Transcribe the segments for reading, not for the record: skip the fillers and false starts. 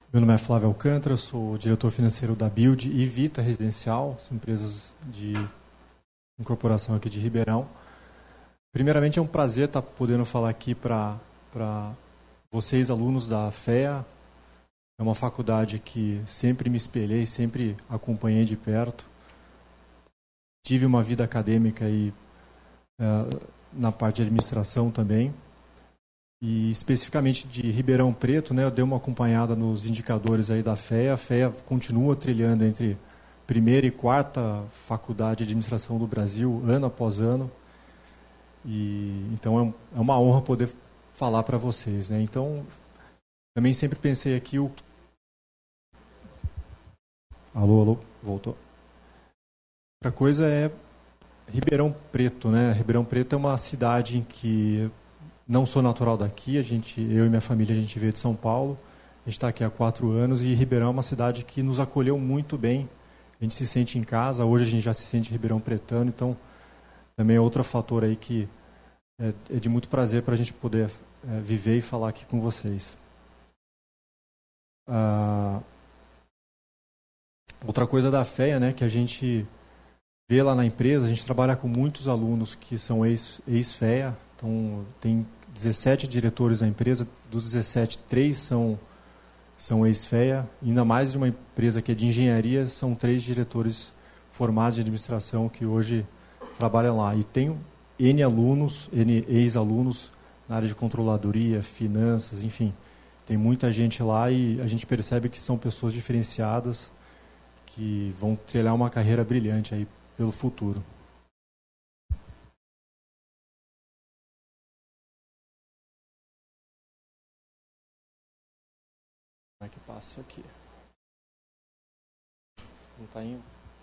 Meu nome é Flávio Alcântara, sou diretor financeiro da Build e Vita Residencial, são empresas de incorporação aqui de Ribeirão. Primeiramente, é um prazer estar podendo falar aqui para vocês, alunos da FEA. É uma faculdade que sempre me espelhei, sempre acompanhei de perto. Tive uma vida acadêmica aí, na parte de administração também. E especificamente de Ribeirão Preto, né, eu dei uma acompanhada nos indicadores aí da FEA. A FEA continua trilhando entre primeira e quarta faculdade de administração do Brasil, ano após ano. E então é uma honra poder falar para vocês, né? Então, também sempre pensei aqui Alô, voltou. Outra coisa é Ribeirão Preto, né? Ribeirão Preto é uma cidade em que não sou natural daqui, eu e minha família, a gente veio de São Paulo, a gente está aqui há 4 anos e Ribeirão é uma cidade que nos acolheu muito bem, a gente se sente em casa, hoje a gente já se sente Ribeirão Pretano, então também é outro fator aí que é de muito prazer para a gente poder viver e falar aqui com vocês. Outra coisa da FEA, né, que a gente vê lá na empresa, a gente trabalha com muitos alunos que são ex-FEA, então tem 17 diretores na empresa, dos 17, 3 são ex-FEA, ainda mais de uma empresa que é de engenharia, são 3 diretores formados de administração que hoje trabalham lá. E tem N ex-alunos na área de controladoria, finanças, enfim, tem muita gente lá e a gente percebe que são pessoas diferenciadas que vão trilhar uma carreira brilhante aí pelo futuro. Como é que passa isso aqui? Não está indo?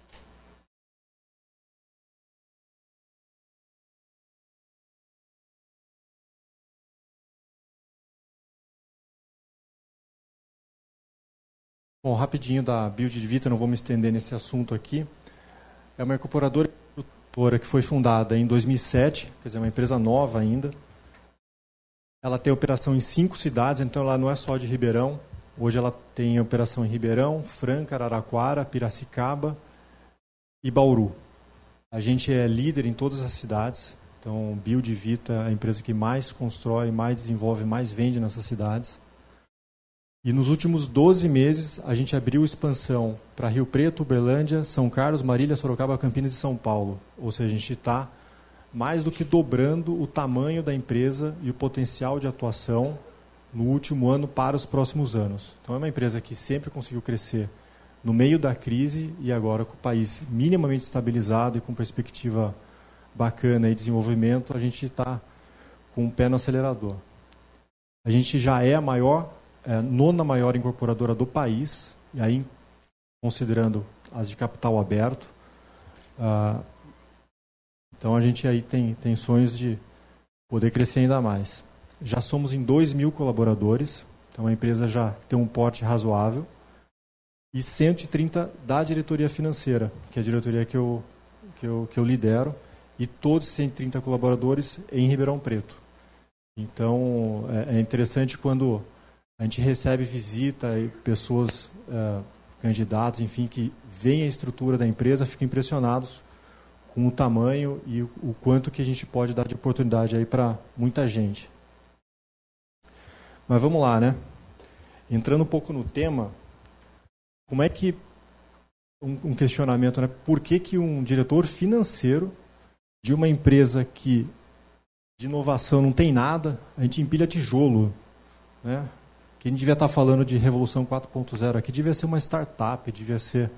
Bom, rapidinho da Build de Vita, não vou me estender nesse assunto aqui. É uma incorporadora que foi fundada em 2007, quer dizer, uma empresa nova ainda. Ela tem operação em 5 cidades, então ela não é só de Ribeirão. Hoje ela tem operação em Ribeirão, Franca, Araraquara, Piracicaba e Bauru. A gente é líder em todas as cidades, então Build Vita é a empresa que mais constrói, mais desenvolve, mais vende nessas cidades. E nos últimos 12 meses, a gente abriu expansão para Rio Preto, Uberlândia, São Carlos, Marília, Sorocaba, Campinas e São Paulo. Ou seja, a gente está mais do que dobrando o tamanho da empresa e o potencial de atuação no último ano para os próximos anos. Então, é uma empresa que sempre conseguiu crescer no meio da crise e agora com o país minimamente estabilizado e com perspectiva bacana e desenvolvimento, a gente está com o pé no acelerador. A gente já é a nona maior incorporadora do país, e aí considerando as de capital aberto. Então a gente aí tem sonhos de poder crescer ainda mais. Já somos em 2.000 colaboradores, então a empresa já tem um porte razoável, e 130 da diretoria financeira, que é a diretoria que eu lidero, e todos 130 colaboradores em Ribeirão Preto. Então é interessante quando a gente recebe visita e pessoas, candidatos, enfim, que veem a estrutura da empresa, ficam impressionados com o tamanho e o quanto que a gente pode dar de oportunidade aí para muita gente. Mas vamos lá, né? Entrando um pouco no tema, como é que um questionamento, né? Por que um diretor financeiro de uma empresa que de inovação não tem nada, a gente empilha tijolo, né? Que a gente devia estar falando de Revolução 4.0 aqui, devia ser uma startup, devia ser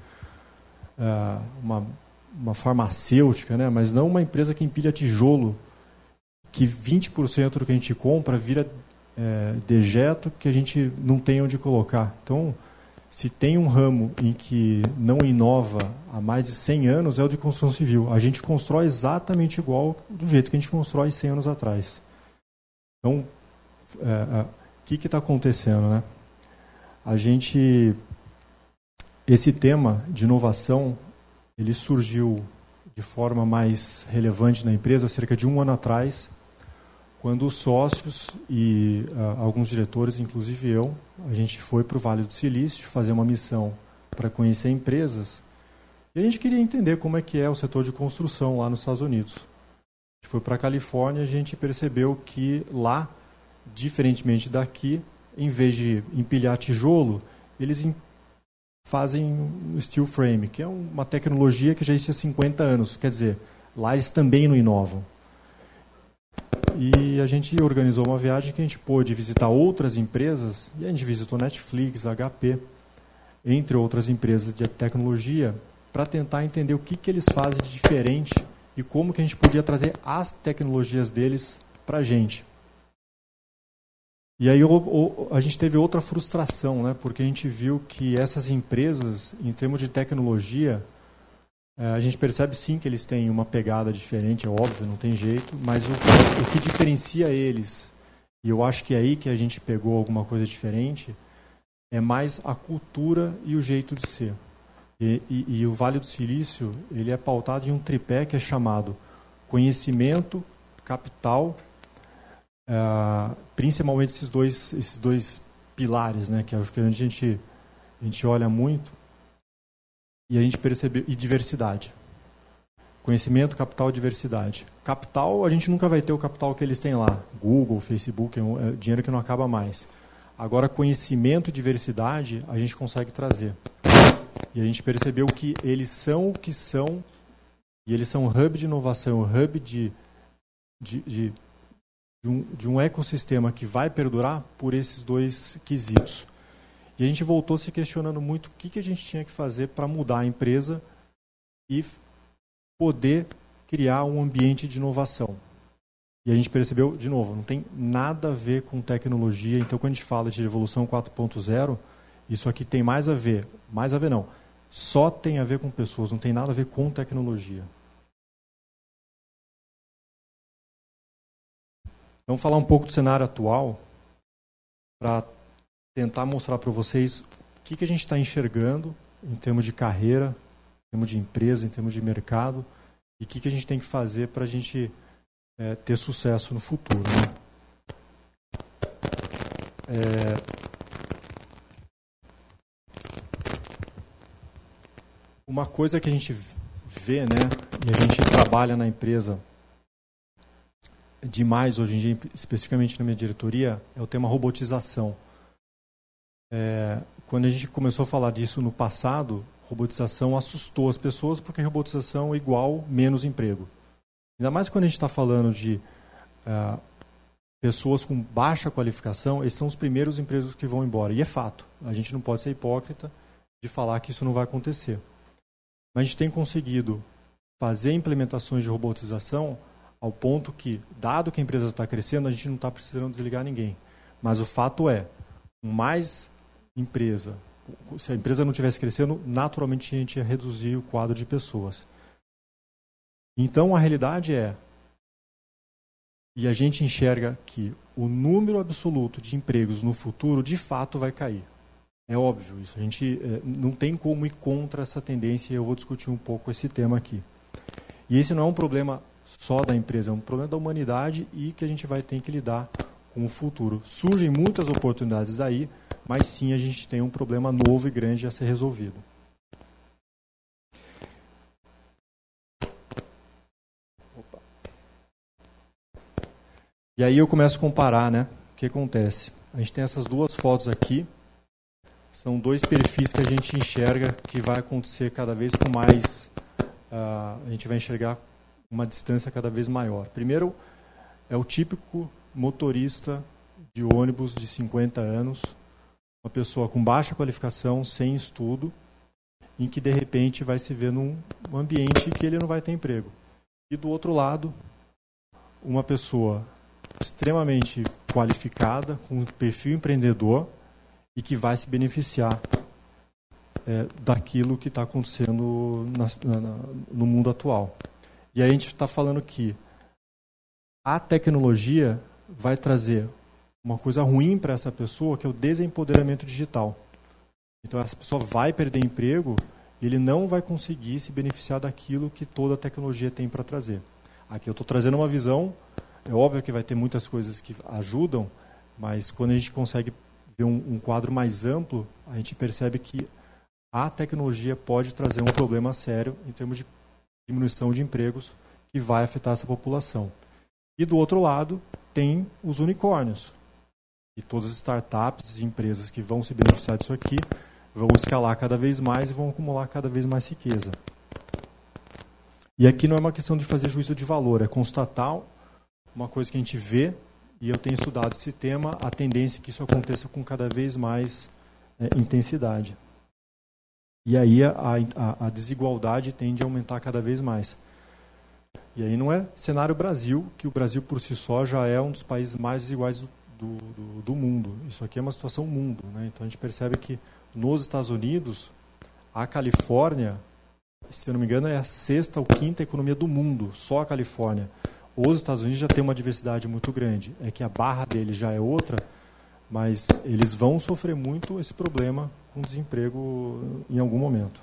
uma farmacêutica, né? Mas não uma empresa que empilha tijolo, que 20% do que a gente compra vira dejeto que a gente não tem onde colocar. Então, se tem um ramo em que não inova há mais de 100 anos, é o de construção civil. A gente constrói exatamente igual do jeito que a gente constrói 100 anos atrás. Então, o que está acontecendo, né? Esse tema de inovação, ele surgiu de forma mais relevante na empresa cerca de 1 ano atrás, quando os sócios e alguns diretores, inclusive eu, a gente foi para o Vale do Silício fazer uma missão para conhecer empresas, e a gente queria entender como é que é o setor de construção lá nos Estados Unidos. A gente foi para a Califórnia e a gente percebeu que lá, diferentemente daqui, em vez de empilhar tijolo, eles fazem um steel frame, que é uma tecnologia que já existe há 50 anos. Quer dizer, lá eles também não inovam. E a gente organizou uma viagem que a gente pôde visitar outras empresas, e a gente visitou Netflix, HP, entre outras empresas de tecnologia, para tentar entender o que eles fazem de diferente e como que a gente podia trazer as tecnologias deles para a gente. E aí a gente teve outra frustração, né? Porque a gente viu que essas empresas, em termos de tecnologia, a gente percebe sim que eles têm uma pegada diferente, é óbvio, não tem jeito, mas o que diferencia eles, e eu acho que é aí que a gente pegou alguma coisa diferente, é mais a cultura e o jeito de ser. E o Vale do Silício, ele é pautado em um tripé que é chamado conhecimento, capital, principalmente esses dois pilares, né, que acho que a gente olha muito, e a gente percebe, e diversidade. Conhecimento, capital, diversidade. Capital, a gente nunca vai ter o capital que eles têm lá. Google, Facebook, é dinheiro que não acaba mais. Agora, conhecimento e diversidade, a gente consegue trazer. E a gente percebeu que eles são o que são, e eles são um hub de inovação, um hub de um ecossistema que vai perdurar por esses dois quesitos. E a gente voltou se questionando muito o que a gente tinha que fazer para mudar a empresa e poder criar um ambiente de inovação. E a gente percebeu, de novo, não tem nada a ver com tecnologia. Então, quando a gente fala de Revolução 4.0, isso aqui tem mais a ver não, só tem a ver com pessoas, não tem nada a ver com tecnologia. Vamos falar um pouco do cenário atual para tentar mostrar para vocês o que a gente está enxergando em termos de carreira, em termos de empresa, em termos de mercado, e o que a gente tem que fazer para a gente ter sucesso no futuro. Né? Uma coisa que a gente vê, né, e a gente trabalha na empresa demais hoje em dia, especificamente na minha diretoria, é o tema robotização. Quando a gente começou a falar disso no passado, robotização assustou as pessoas, porque robotização é igual menos emprego. Ainda mais quando a gente está falando de pessoas com baixa qualificação, esses são os primeiros empregos que vão embora. E é fato, a gente não pode ser hipócrita de falar que isso não vai acontecer. Mas a gente tem conseguido fazer implementações de robotização ao ponto que, dado que a empresa está crescendo, a gente não está precisando desligar ninguém. Mas o fato é, mais empresa, se a empresa não estivesse crescendo, naturalmente a gente ia reduzir o quadro de pessoas. Então, a realidade e a gente enxerga que o número absoluto de empregos no futuro, de fato, vai cair. É óbvio isso. A gente não tem como ir contra essa tendência, e eu vou discutir um pouco esse tema aqui. E esse não é um problema só da empresa, é um problema da humanidade e que a gente vai ter que lidar com o futuro. Surgem muitas oportunidades aí, mas sim a gente tem um problema novo e grande a ser resolvido. Opa. E aí eu começo a comparar, né? O que acontece? A gente tem essas duas fotos aqui, são dois perfis que a gente enxerga que vai acontecer cada vez com mais, a gente vai enxergar uma distância cada vez maior. Primeiro, é o típico motorista de ônibus de 50 anos, uma pessoa com baixa qualificação, sem estudo, em que de repente vai se ver num ambiente que ele não vai ter emprego. E do outro lado, uma pessoa extremamente qualificada, com um perfil empreendedor e que vai se beneficiar daquilo que está acontecendo no mundo atual. E aí a gente está falando que a tecnologia vai trazer uma coisa ruim para essa pessoa, que é o desempoderamento digital. Então essa pessoa vai perder emprego e ele não vai conseguir se beneficiar daquilo que toda a tecnologia tem para trazer. Aqui eu estou trazendo uma visão É óbvio que vai ter muitas coisas que ajudam, mas quando a gente consegue ver um quadro mais amplo, a gente percebe que a tecnologia pode trazer um problema sério em termos de diminuição de empregos que vai afetar essa população. E do outro lado, tem os unicórnios. E todas as startups e empresas que vão se beneficiar disso aqui vão escalar cada vez mais e vão acumular cada vez mais riqueza. E aqui não é uma questão de fazer juízo de valor, é constatar uma coisa que a gente vê, e eu tenho estudado esse tema, a tendência é que isso aconteça com cada vez mais intensidade. E aí a desigualdade tende a aumentar cada vez mais. E aí não é cenário Brasil, que o Brasil por si só já é um dos países mais desiguais do mundo. Isso aqui é uma situação mundo, né? Então a gente percebe que nos Estados Unidos, a Califórnia, se eu não me engano, é a 6ª ou 5ª economia do mundo, só a Califórnia. Os Estados Unidos já tem uma diversidade muito grande. É que a barra deles já é outra, mas eles vão sofrer muito esse problema com desemprego em algum momento.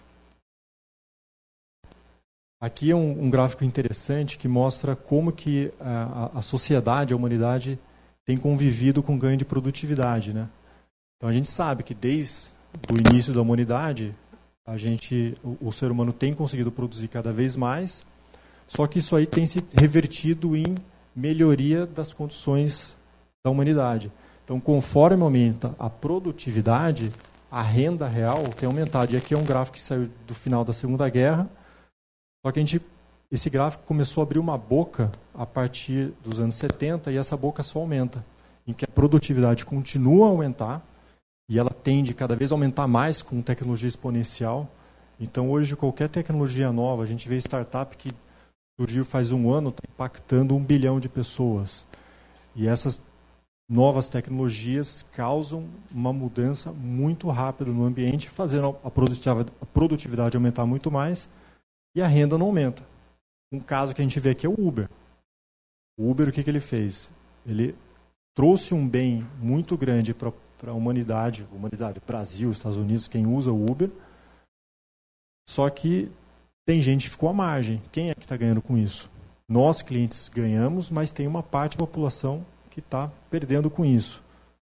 Aqui é um gráfico interessante que mostra como que a sociedade, a humanidade, tem convivido com ganho de produtividade, né? Então a gente sabe que desde o início da humanidade, o ser humano tem conseguido produzir cada vez mais, só que isso aí tem se revertido em melhoria das condições da humanidade. Então, conforme aumenta a produtividade, a renda real tem aumentado. E aqui é um gráfico que saiu do final da Segunda Guerra, só que esse gráfico começou a abrir uma boca a partir dos anos 70 e essa boca só aumenta, em que a produtividade continua a aumentar e ela tende cada vez a aumentar mais com tecnologia exponencial. Então, hoje, qualquer tecnologia nova, a gente vê startup que surgiu faz um ano, está impactando 1 bilhão de pessoas. E essas novas tecnologias causam uma mudança muito rápida no ambiente, fazendo a produtividade aumentar muito mais e a renda não aumenta. Um caso que a gente vê aqui é o Uber. O Uber, o que ele fez? Ele trouxe um bem muito grande para a humanidade, Brasil, Estados Unidos, quem usa o Uber, só que tem gente que ficou à margem. Quem é que está ganhando com isso? Nós, clientes, ganhamos, mas tem uma parte da população que está perdendo com isso.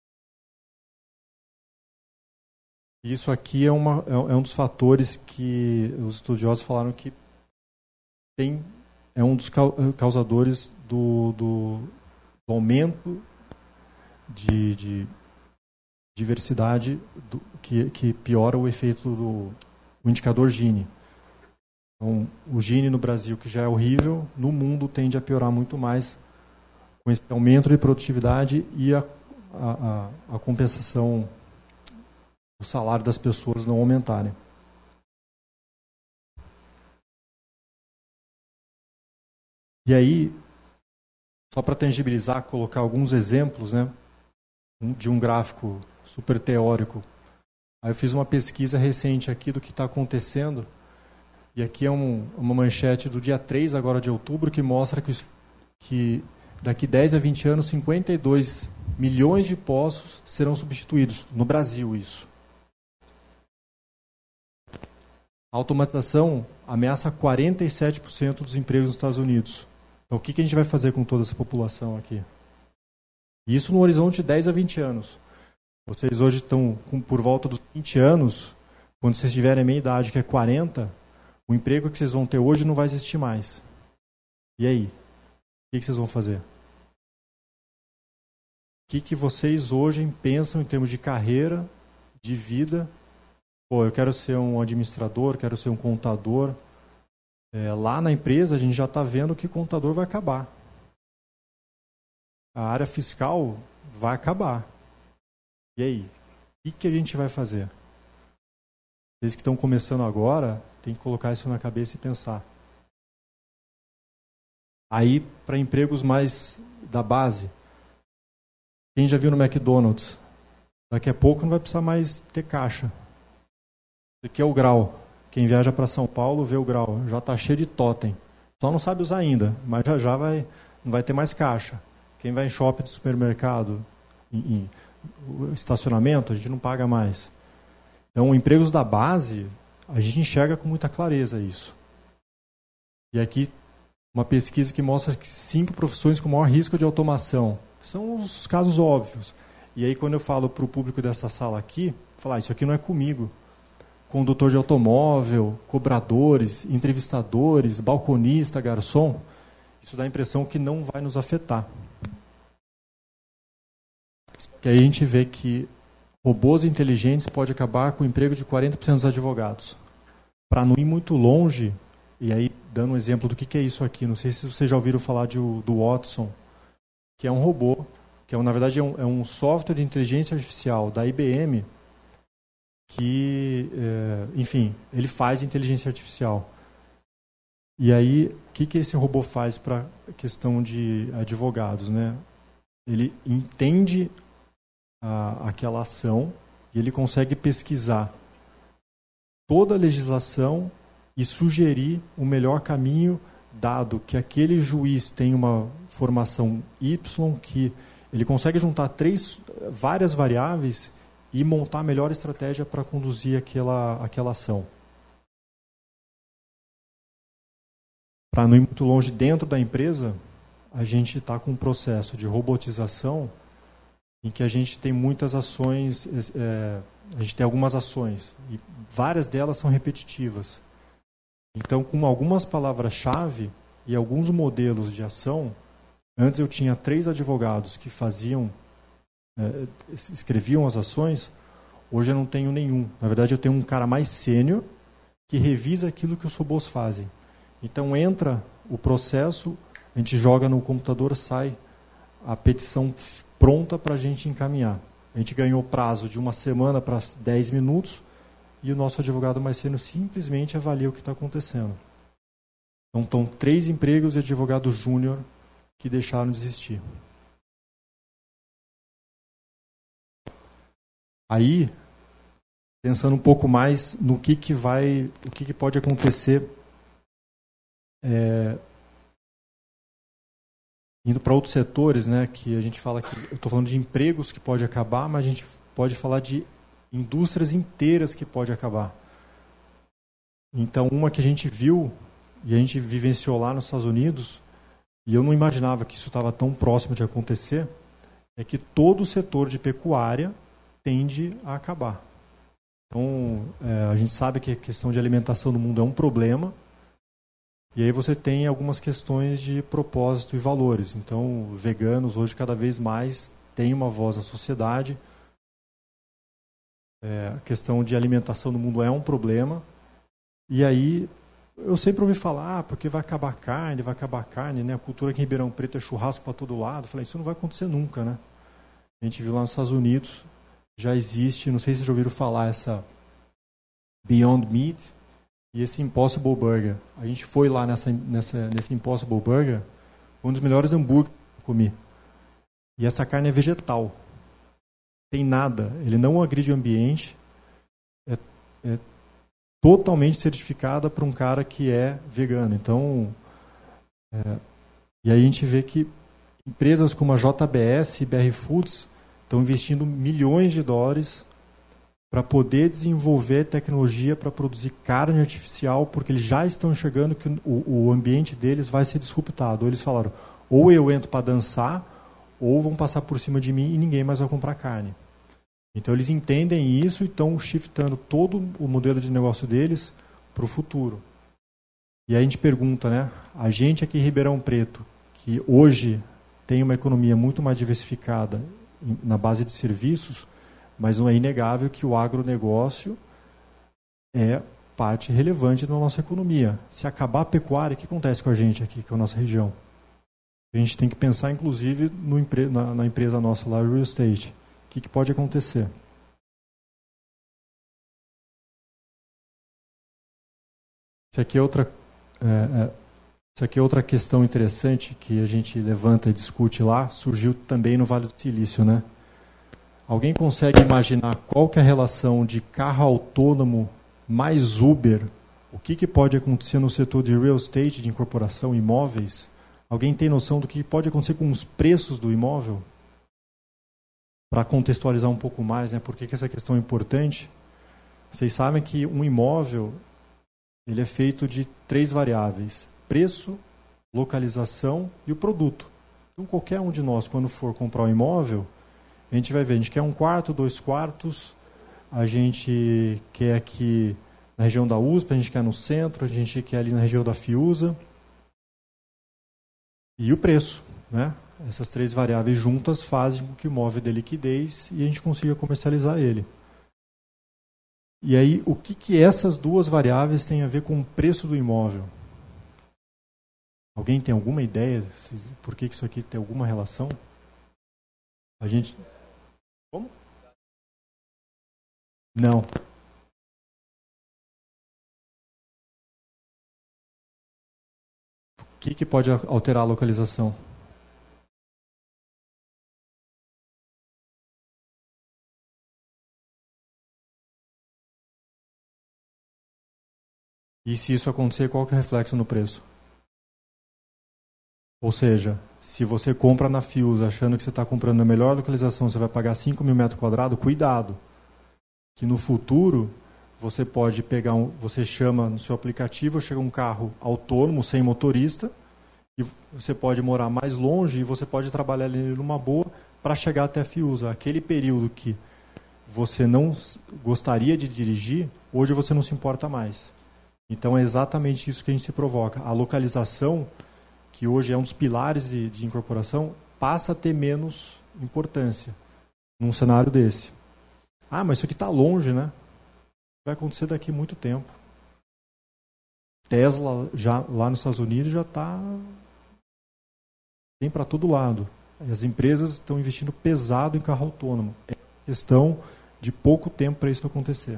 Isso aqui é um dos fatores que os estudiosos falaram que é um dos causadores do aumento de diversidade que piora o efeito do indicador Gini. Então, o Gini no Brasil, que já é horrível, no mundo tende a piorar muito mais com esse aumento de produtividade e a compensação do salário das pessoas não aumentarem. E aí, só para tangibilizar, colocar alguns exemplos, né, de um gráfico super teórico. Aí eu fiz uma pesquisa recente aqui do que está acontecendo, e aqui é uma manchete do dia 3 agora de outubro, que mostra que daqui 10 a 20 anos, 52 milhões de postos serão substituídos. No Brasil, isso. A automatização ameaça 47% dos empregos nos Estados Unidos. Então, o que a gente vai fazer com toda essa população aqui? Isso no horizonte de 10 a 20 anos. Vocês hoje estão por volta dos 20 anos, quando vocês tiverem a minha idade, que é 40, o emprego que vocês vão ter hoje não vai existir mais. E aí? O que vocês vão fazer? O que vocês hoje pensam em termos de carreira, de vida? Pô, eu quero ser um administrador, quero ser um contador. Lá na empresa a gente já está vendo que contador vai acabar. A área fiscal vai acabar. E aí? O que a gente vai fazer? Vocês que estão começando agora, tem que colocar isso na cabeça e pensar. Aí, para empregos mais da base, quem já viu no McDonald's? Daqui a pouco não vai precisar mais ter caixa. Isso aqui é o grau. Quem viaja para São Paulo vê o grau. Já está cheio de totem. Só não sabe usar ainda, mas já não vai ter mais caixa. Quem vai em shopping, supermercado, em estacionamento, a gente não paga mais. Então, empregos da base, a gente enxerga com muita clareza isso. E aqui uma pesquisa que mostra que 5 profissões com maior risco de automação. São os casos óbvios. E aí, quando eu falo para o público dessa sala aqui, falar, isso aqui não é comigo. Condutor de automóvel, cobradores, entrevistadores, balconista, garçom, isso dá a impressão que não vai nos afetar. E aí a gente vê que robôs inteligentes podem acabar com o emprego de 40% dos advogados. Para não ir muito longe, e aí dando um exemplo do que é isso aqui, não sei se vocês já ouviram falar do Watson, que é um robô, que na verdade é um software de inteligência artificial da IBM, que, enfim, ele faz inteligência artificial. E aí, o que esse robô faz para a questão de advogados, né? Ele entende aquela ação e ele consegue pesquisar toda a legislação e sugerir o melhor caminho, dado que aquele juiz tem uma formação Y, que ele consegue juntar várias variáveis e montar a melhor estratégia para conduzir aquela ação. Para não ir muito longe dentro da empresa, a gente está com um processo de robotização em que a gente tem muitas ações, a gente tem algumas ações, e várias delas são repetitivas. Então, com algumas palavras-chave e alguns modelos de ação, antes eu tinha 3 advogados que escreviam as ações, hoje eu não tenho nenhum. Na verdade, eu tenho um cara mais sênior que revisa aquilo que os robôs fazem. Então, entra o processo, a gente joga no computador, sai a petição pronta para a gente encaminhar. A gente ganhou prazo de 1 semana para 10 minutos e o nosso advogado mais sênior simplesmente avalia o que está acontecendo. Então, estão 3 empregos de advogado júnior que deixaram de existir. Aí, pensando um pouco mais no que pode acontecer, indo para outros setores, né, que a gente fala que, eu estou falando de empregos que pode acabar, mas a gente pode falar de indústrias inteiras que pode acabar. Então, uma que a gente viu e a gente vivenciou lá nos Estados Unidos, e eu não imaginava que isso estava tão próximo de acontecer, é que todo o setor de pecuária tende a acabar. Então, a gente sabe que a questão de alimentação no mundo é um problema, e aí você tem algumas questões de propósito e valores. Então, veganos hoje cada vez mais têm uma voz na sociedade. A questão de alimentação no mundo é um problema. E aí, eu sempre ouvi falar, porque vai acabar a carne, né? A cultura aqui em Ribeirão Preto é churrasco para todo lado. Eu falei, isso não vai acontecer nunca, né? A gente viu lá nos Estados Unidos, já existe, não sei se vocês já ouviram falar, essa Beyond Meat e esse Impossible Burger. A gente foi lá nesse Impossible Burger, um dos melhores hambúrgueres que eu comi. E essa carne é vegetal. Tem nada, ele não agride o ambiente, é totalmente certificada para um cara que é vegano. Então, e aí a gente vê que empresas como a JBS e BR Foods estão investindo milhões de dólares para poder desenvolver tecnologia para produzir carne artificial, porque eles já estão enxergando que o ambiente deles vai ser disruptado. Ou eles falaram, ou eu entro para dançar, ou vão passar por cima de mim e ninguém mais vai comprar carne. Então eles entendem isso e estão shiftando todo o modelo de negócio deles para o futuro. E aí a gente pergunta, né? A gente aqui em Ribeirão Preto, que hoje tem uma economia muito mais diversificada na base de serviços, mas não é inegável que o agronegócio é parte relevante da nossa economia. Se acabar a pecuária, o que acontece com a gente aqui, com a nossa região? A gente tem que pensar, inclusive, na empresa nossa lá, Real Estate. O que pode acontecer? Isso aqui é outra questão interessante que a gente levanta e discute lá, surgiu também no Vale do Silício, né? Alguém consegue imaginar qual que é a relação de carro autônomo mais Uber? O que pode acontecer no setor de real estate, de incorporação, imóveis? Alguém tem noção do que pode acontecer com os preços do imóvel? Para contextualizar um pouco mais, né, por que essa questão é importante, vocês sabem que um imóvel ele é feito de 3 variáveis: preço, localização e o produto. Então, qualquer um de nós, quando for comprar um imóvel, a gente vai ver, a gente quer 1 quarto, 2 quartos, a gente quer aqui na região da USP, a gente quer no centro, a gente quer ali na região da Fiusa. E o preço, né? Essas 3 variáveis juntas fazem com que o imóvel dê liquidez e a gente consiga comercializar ele. E aí, o que essas 2 variáveis têm a ver com o preço do imóvel? Alguém tem alguma ideia por que isso aqui tem alguma relação? A gente... Como? Não. O que pode alterar a localização? E se isso acontecer, qual que é o reflexo no preço? Ou seja, se você compra na Fiusa achando que você está comprando na melhor localização, você vai pagar 5.000 metros quadrados, cuidado. Que no futuro, você pode pegar você chama no seu aplicativo, chega um carro autônomo, sem motorista, e você pode morar mais longe e você pode trabalhar ali numa boa para chegar até a Fiusa. Aquele período que você não gostaria de dirigir, hoje você não se importa mais. Então é exatamente isso que a gente se provoca. A localização, que hoje é um dos pilares de incorporação, passa a ter menos importância num cenário desse. Ah, mas isso aqui está longe, né? Vai acontecer daqui a muito tempo. Tesla, já, lá nos Estados Unidos, já está... Tem para todo lado. As empresas estão investindo pesado em carro autônomo. É questão de pouco tempo para isso acontecer.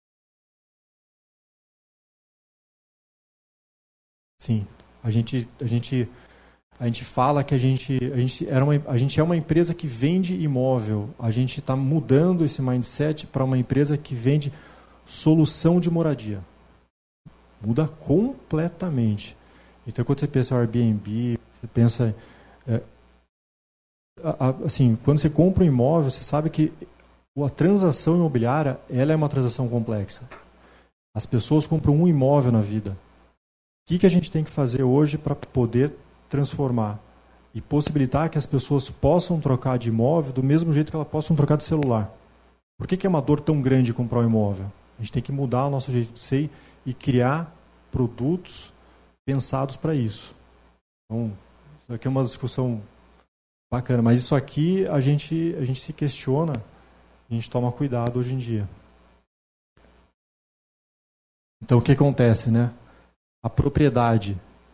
Sim. A gente fala que a gente é uma empresa que vende imóvel. A gente está mudando esse mindset para uma empresa que vende solução de moradia. Muda completamente. Então, quando você pensa em Airbnb, você pensa... assim, quando você compra um imóvel, você sabe que a transação imobiliária ela é uma transação complexa. As pessoas compram um imóvel na vida. O que a gente tem que fazer hoje para poder transformar e possibilitar que as pessoas possam trocar de imóvel do mesmo jeito que elas possam trocar de celular? Por que é uma dor tão grande comprar um imóvel? A gente tem que mudar o nosso jeito de ser e criar produtos pensados para isso. Então, isso aqui é uma discussão bacana, mas isso aqui a gente se questiona, a gente toma cuidado hoje em dia. Então, o que acontece, né? A propriedade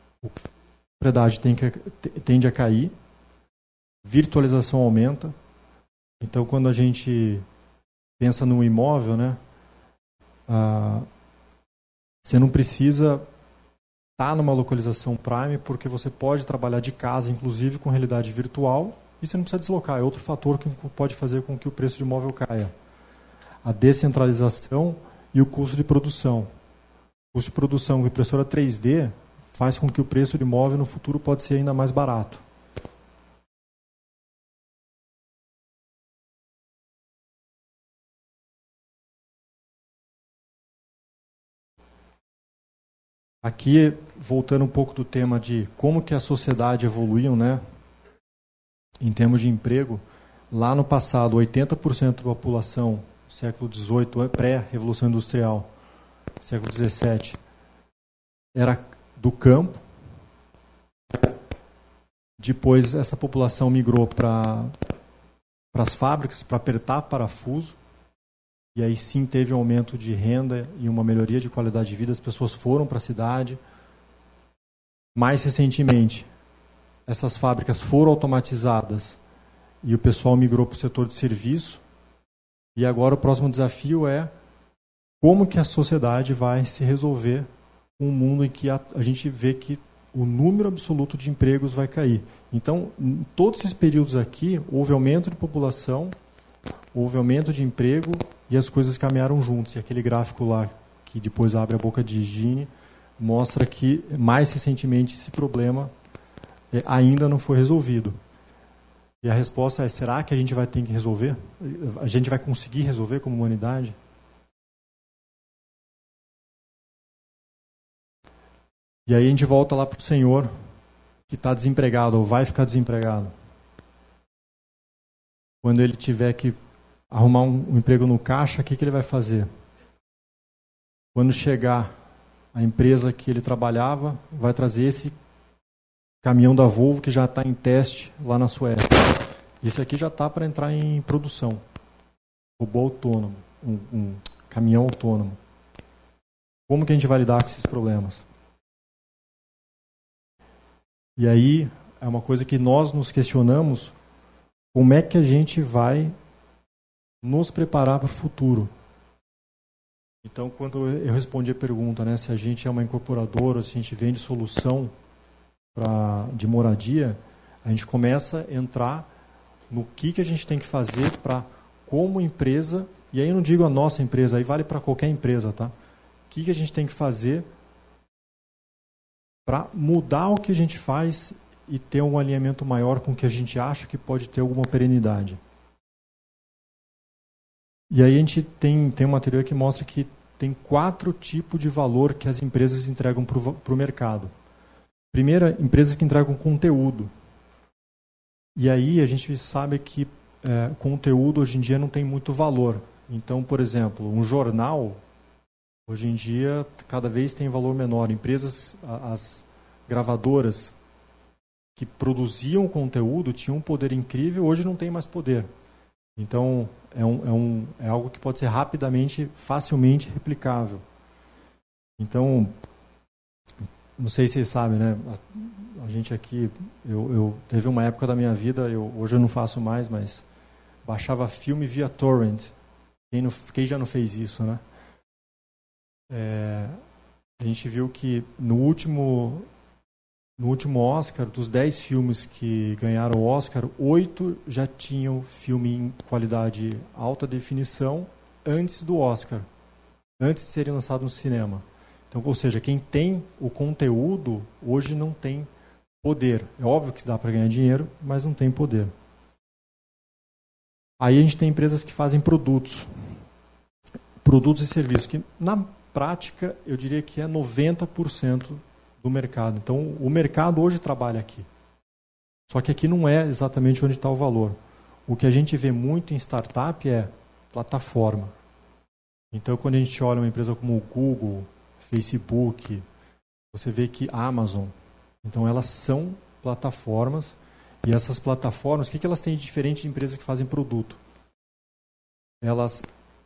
tende a cair, virtualização aumenta. Então, quando a gente pensa num imóvel, né, você não precisa estar numa localização prime, porque você pode trabalhar de casa, inclusive com realidade virtual, e você não precisa deslocar. É outro fator que pode fazer com que o preço de imóvel caia. A descentralização e o custo de produção. O custo de produção com impressora 3D faz com que o preço de imóvel no futuro pode ser ainda mais barato. Aqui, voltando um pouco do tema de como que a sociedade evoluiu, né, em termos de emprego, lá no passado, 80% da população, século XVIII, pré-revolução industrial, século XVII, era do campo. Depois, essa população migrou para as fábricas, para apertar parafuso. E aí sim teve um aumento de renda e uma melhoria de qualidade de vida. As pessoas foram para a cidade. Mais recentemente, essas fábricas foram automatizadas e o pessoal migrou para o setor de serviço. E agora o próximo desafio é como que a sociedade vai se resolver com um mundo em que a gente vê que o número absoluto de empregos vai cair. Então, em todos esses períodos aqui, houve aumento de população, houve aumento de emprego e as coisas caminharam juntos. E aquele gráfico lá, que depois abre a boca de Gini, mostra que, mais recentemente, esse problema ainda não foi resolvido. E a resposta é, será que a gente vai ter que resolver? A gente vai conseguir resolver como humanidade? E aí a gente volta lá para o Senhor, que está desempregado ou vai ficar desempregado, quando ele tiver que arrumar um emprego no caixa, o que ele vai fazer? Quando chegar a empresa que ele trabalhava, vai trazer esse caminhão da Volvo que já está em teste lá na Suécia. Esse aqui já está para entrar em produção. Robô autônomo, um caminhão autônomo. Como que a gente vai lidar com esses problemas? E aí, é uma coisa que nós nos questionamos, como é que a gente vai nos preparar para o futuro? Então, quando eu respondi a pergunta, né, se a gente é uma incorporadora, se a gente vende solução de moradia, a gente começa a entrar no que a gente tem que fazer para, como empresa, e aí eu não digo a nossa empresa, aí vale para qualquer empresa, tá? O que a gente tem que fazer para mudar o que a gente faz e ter um alinhamento maior com o que a gente acha que pode ter alguma perenidade. E aí a gente tem uma teoria que mostra que tem 4 tipos de valor que as empresas entregam para o mercado. Primeiro, empresas que entregam conteúdo. E aí a gente sabe que conteúdo hoje em dia não tem muito valor. Então, por exemplo, um jornal, hoje em dia, cada vez tem valor menor. Empresas, as gravadoras que produziam conteúdo tinham um poder incrível, hoje não tem mais poder. Então, é algo que pode ser rapidamente, facilmente replicável. Então, não sei se vocês sabem, né? A gente aqui, eu teve uma época da minha vida, hoje eu não faço mais, mas baixava filme via torrent. Quem já não fez isso, né? A gente viu que no último Oscar, dos 10 filmes que ganharam o Oscar, 8 já tinham filme em qualidade alta definição antes do Oscar, antes de serem lançados no cinema. Então, ou seja, quem tem o conteúdo hoje não tem poder. É óbvio que dá para ganhar dinheiro, mas não tem poder. Aí a gente tem empresas que fazem produtos e serviços, que na prática eu diria que é 90% do mercado. Então, o mercado hoje trabalha aqui. Só que aqui não é exatamente onde está o valor. O que a gente vê muito em startup é plataforma. Então, quando a gente olha uma empresa como o Google, Facebook, você vê que Amazon, então elas são plataformas, e essas plataformas, o que elas têm de diferente de empresas que fazem produto? Elas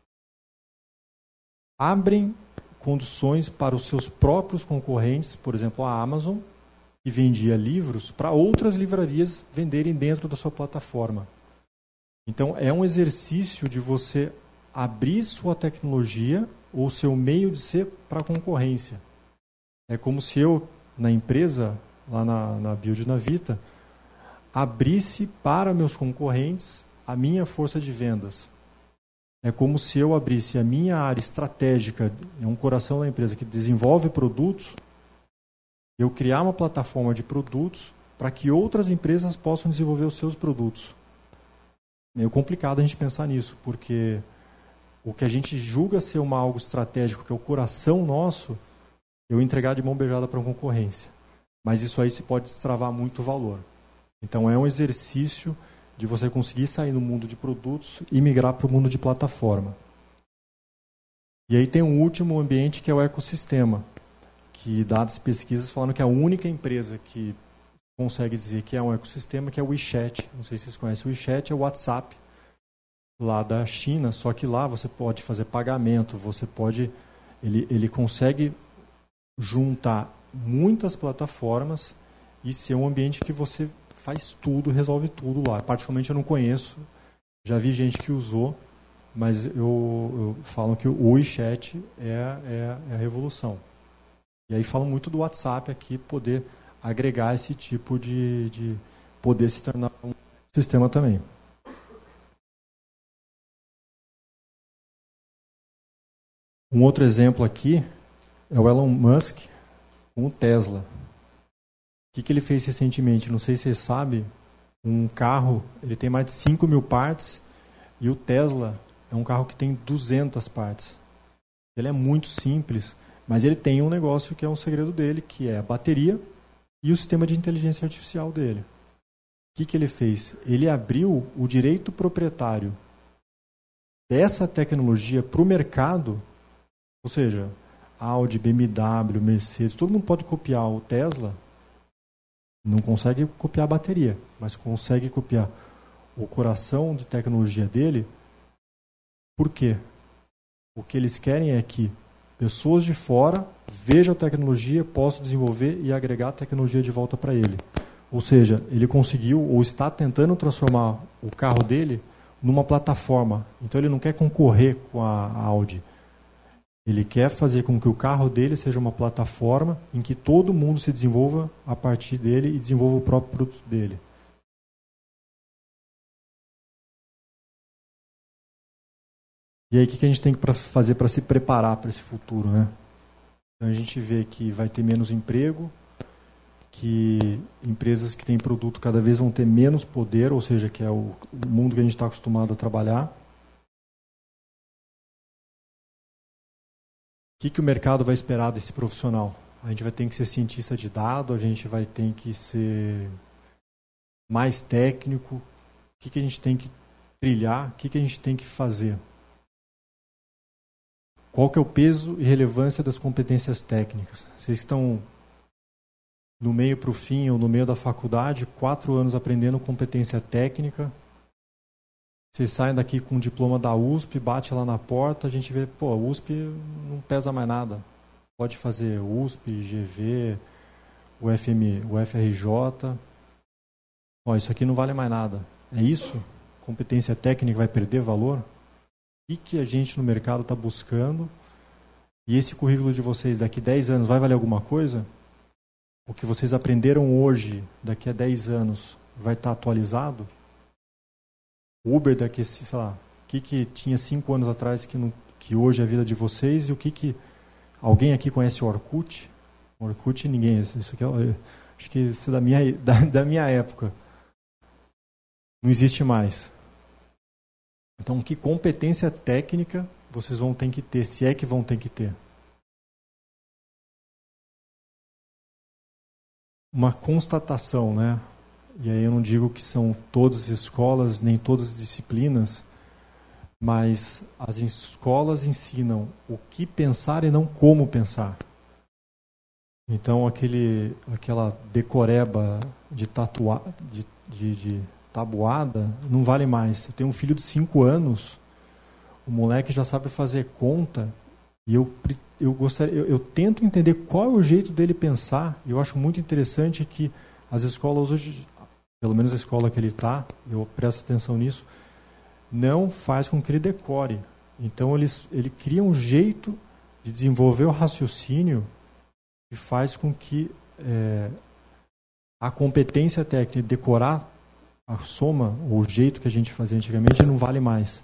abrem condições para os seus próprios concorrentes, por exemplo, a Amazon, que vendia livros, para outras livrarias venderem dentro da sua plataforma. Então, é um exercício de você abrir sua tecnologia ou seu meio de ser para a concorrência. É como se eu, na empresa, lá na Build na Vita, abrisse para meus concorrentes a minha força de vendas. É como se eu abrisse a minha área estratégica, um coração da empresa que desenvolve produtos, eu criar uma plataforma de produtos para que outras empresas possam desenvolver os seus produtos. É meio complicado a gente pensar nisso, porque o que a gente julga ser algo estratégico, que é o coração nosso, eu entregar de mão beijada para a concorrência. Mas isso aí se pode destravar muito valor. Então é um exercício de você conseguir sair do mundo de produtos e migrar para o mundo de plataforma. E aí tem um último ambiente que é o ecossistema, que dados e pesquisas falando que a única empresa que consegue dizer que é um ecossistema, que é o WeChat. Não sei se vocês conhecem o WeChat, é o WhatsApp lá da China, só que lá você pode fazer pagamento, ele consegue juntar muitas plataformas e ser um ambiente que você faz tudo, resolve tudo lá. Particularmente eu não conheço, já vi gente que usou, mas eu falo que o WeChat é a revolução. E aí falam muito do WhatsApp aqui, poder agregar esse tipo de poder se tornar um sistema também. Um outro exemplo aqui é o Elon Musk com o Tesla. O que ele fez recentemente? Não sei se você sabe, um carro, ele tem mais de 5.000 partes e o Tesla é um carro que tem 200 partes. Ele é muito simples, mas ele tem um negócio que é um segredo dele, que é a bateria e o sistema de inteligência artificial dele. O que ele fez? Ele abriu o direito proprietário dessa tecnologia para o mercado, ou seja, Audi, BMW, Mercedes, todo mundo pode copiar. O Tesla não consegue copiar a bateria, mas consegue copiar o coração de tecnologia dele. Por quê? O que eles querem é que pessoas de fora vejam a tecnologia, possam desenvolver e agregar a tecnologia de volta para ele. Ou seja, ele conseguiu ou está tentando transformar o carro dele numa plataforma. Então ele não quer concorrer com a Audi. Ele quer fazer com que o carro dele seja uma plataforma em que todo mundo se desenvolva a partir dele e desenvolva o próprio produto dele. E aí o que a gente tem que fazer para se preparar para esse futuro, né? Então a gente vê que vai ter menos emprego, que empresas que têm produto cada vez vão ter menos poder, ou seja, que é o mundo que a gente está acostumado a trabalhar. O que o mercado vai esperar desse profissional? A gente vai ter que ser cientista de dados, a gente vai ter que ser mais técnico. O que a gente tem que trilhar? O que a gente tem que fazer? Qual que é o peso e relevância das competências técnicas? Vocês estão no meio para o fim ou no meio da faculdade, 4 anos aprendendo competência técnica. Vocês saem daqui com o diploma da USP, bate lá na porta, a gente vê, pô, a USP não pesa mais nada. Pode fazer USP, GV, o FRJ. Ó, isso aqui não vale mais nada. É isso? Competência técnica vai perder valor? O que a gente no mercado está buscando? E esse currículo de vocês daqui a 10 anos vai valer alguma coisa? O que vocês aprenderam hoje, daqui a 10 anos, vai estar atualizado? O Uber daqui, sei lá, o que tinha 5 anos atrás que hoje é a vida de vocês, e o que alguém aqui conhece o Orkut? O Orkut ninguém, isso aqui acho que isso é da minha época. Não existe mais. Então, que competência técnica vocês vão ter que ter, se é que vão ter que ter? Uma constatação, né? E aí eu não digo que são todas as escolas, nem todas as disciplinas, mas as escolas ensinam o que pensar e não como pensar. Então aquela decoreba de tabuada não vale mais. Eu tenho um filho de 5 anos, o moleque já sabe fazer conta, e eu tento entender qual é o jeito dele pensar. E eu acho muito interessante que as escolas hoje, pelo menos a escola que ele está, eu presto atenção nisso, não faz com que ele decore. Então ele cria um jeito de desenvolver o raciocínio que faz com que a competência técnica de decorar a soma, ou o jeito que a gente fazia antigamente, não vale mais.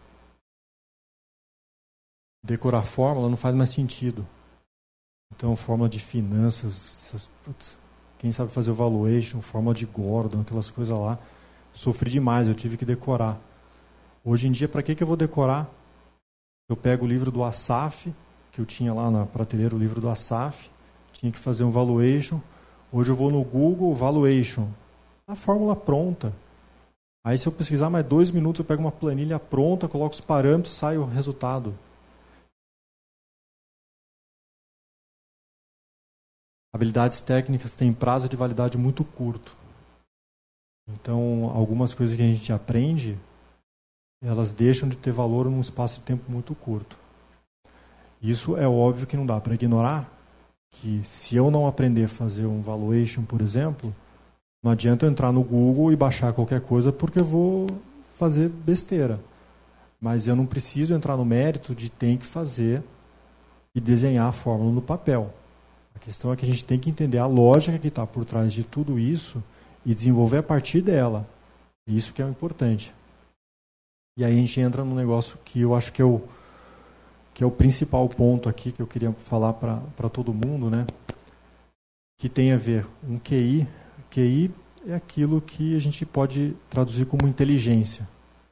Decorar fórmula não faz mais sentido. Então, fórmula de finanças, quem sabe fazer o valuation, fórmula de Gordon, aquelas coisas lá, sofri demais, eu tive que decorar. Hoje em dia, para que eu vou decorar? Eu pego o livro do Asaf, que eu tinha lá na prateleira, o livro do Asaf, tinha que fazer um valuation. Hoje eu vou no Google, valuation, a fórmula pronta. Aí se eu pesquisar mais 2 minutos, eu pego uma planilha pronta, coloco os parâmetros, sai o resultado. Habilidades técnicas têm prazo de validade muito curto. Então, algumas coisas que a gente aprende, elas deixam de ter valor num espaço de tempo muito curto. Isso é óbvio que não dá para ignorar, que se eu não aprender a fazer um valuation, por exemplo, não adianta eu entrar no Google e baixar qualquer coisa porque eu vou fazer besteira. Mas eu não preciso entrar no mérito de ter que fazer e desenhar a fórmula no papel. A questão é que a gente tem que entender a lógica que está por trás de tudo isso e desenvolver a partir dela. Isso que é o importante. E aí a gente entra num negócio que eu acho que é o principal ponto aqui que eu queria falar para todo mundo, né? Que tem a ver com QI. QI é aquilo que a gente pode traduzir como inteligência,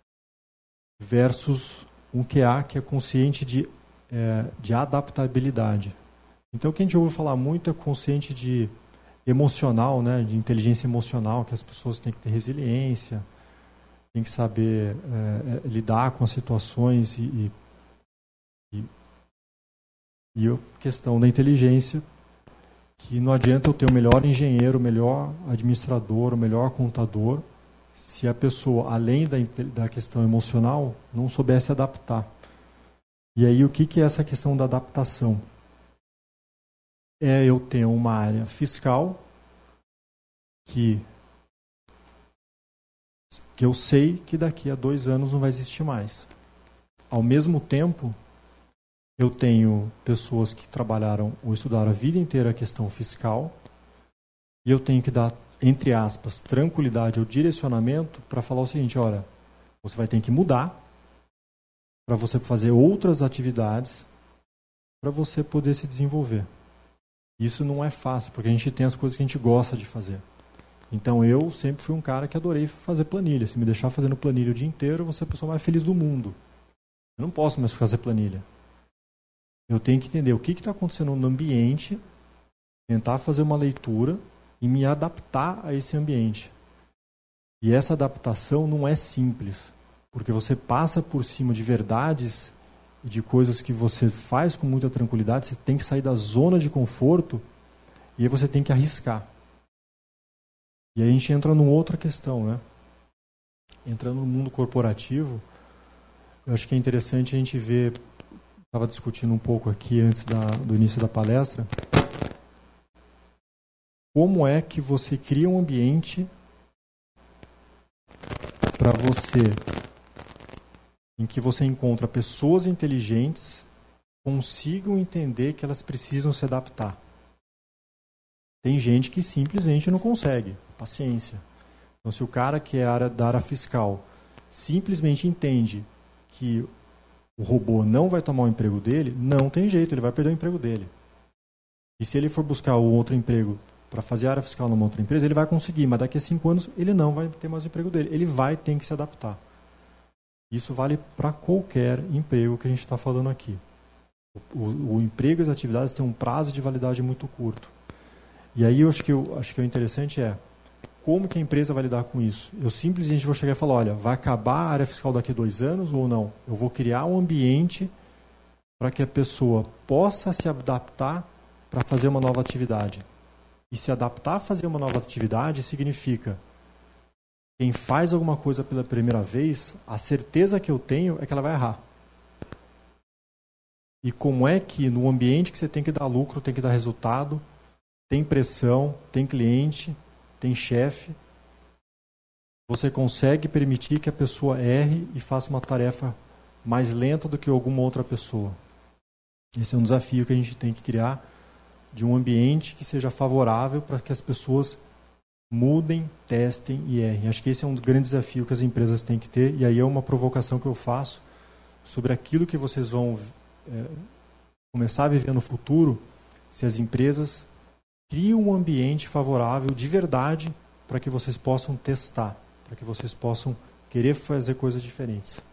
versus um QA, que é consciente de adaptabilidade. Então, o que a gente ouve falar muito é consciente de emocional, né, de inteligência emocional, que as pessoas têm que ter resiliência, têm que saber lidar com as situações e a questão da inteligência, que não adianta eu ter o melhor engenheiro, o melhor administrador, o melhor contador, se a pessoa, além da questão emocional, não soubesse adaptar. E aí, o que é essa questão da adaptação? É eu ter uma área fiscal que eu sei que daqui a 2 anos não vai existir mais. Ao mesmo tempo, eu tenho pessoas que trabalharam ou estudaram a vida inteira a questão fiscal e eu tenho que dar, entre aspas, tranquilidade ou direcionamento para falar o seguinte, olha, você vai ter que mudar para você fazer outras atividades para você poder se desenvolver. Isso não é fácil, porque a gente tem as coisas que a gente gosta de fazer. Então eu sempre fui um cara que adorei fazer planilha. Se me deixar fazendo planilha o dia inteiro, eu vou ser a pessoa mais feliz do mundo. Eu não posso mais fazer planilha. Eu tenho que entender o que está acontecendo no ambiente, tentar fazer uma leitura e me adaptar a esse ambiente. E essa adaptação não é simples, porque você passa por cima de verdades e de coisas que você faz com muita tranquilidade, você tem que sair da zona de conforto e aí você tem que arriscar. E aí a gente entra numa outra questão, né? Entrando no mundo corporativo, eu acho que é interessante a gente ver, estava discutindo um pouco aqui antes do início da palestra, como é que você cria um ambiente para você, em que você encontra pessoas inteligentes, consigam entender que elas precisam se adaptar. Tem gente que simplesmente não consegue, paciência. Então, se o cara que é da área fiscal simplesmente entende que o robô não vai tomar o emprego dele, não tem jeito, ele vai perder o emprego dele. E se ele for buscar o outro emprego para fazer a área fiscal numa outra empresa, ele vai conseguir, mas daqui a 5 anos ele não vai ter mais o emprego dele. Ele vai ter que se adaptar. Isso vale para qualquer emprego que a gente está falando aqui. O emprego e as atividades têm um prazo de validade muito curto. E aí eu acho que o interessante é como que a empresa vai lidar com isso. Eu simplesmente vou chegar e falar, olha, vai acabar a área fiscal daqui a 2 anos ou não? Eu vou criar um ambiente para que a pessoa possa se adaptar para fazer uma nova atividade. E se adaptar a fazer uma nova atividade significa quem faz alguma coisa pela primeira vez, a certeza que eu tenho é que ela vai errar. E como é que no ambiente que você tem que dar lucro, tem que dar resultado, tem pressão, tem cliente, tem chefe, você consegue permitir que a pessoa erre e faça uma tarefa mais lenta do que alguma outra pessoa. Esse é um desafio que a gente tem que criar, de um ambiente que seja favorável para que as pessoas mudem, testem e errem. Acho que esse é um grande desafio que as empresas têm que ter, e aí é uma provocação que eu faço sobre aquilo que vocês vão começar a viver no futuro, se as empresas criam um ambiente favorável de verdade para que vocês possam testar, para que vocês possam querer fazer coisas diferentes.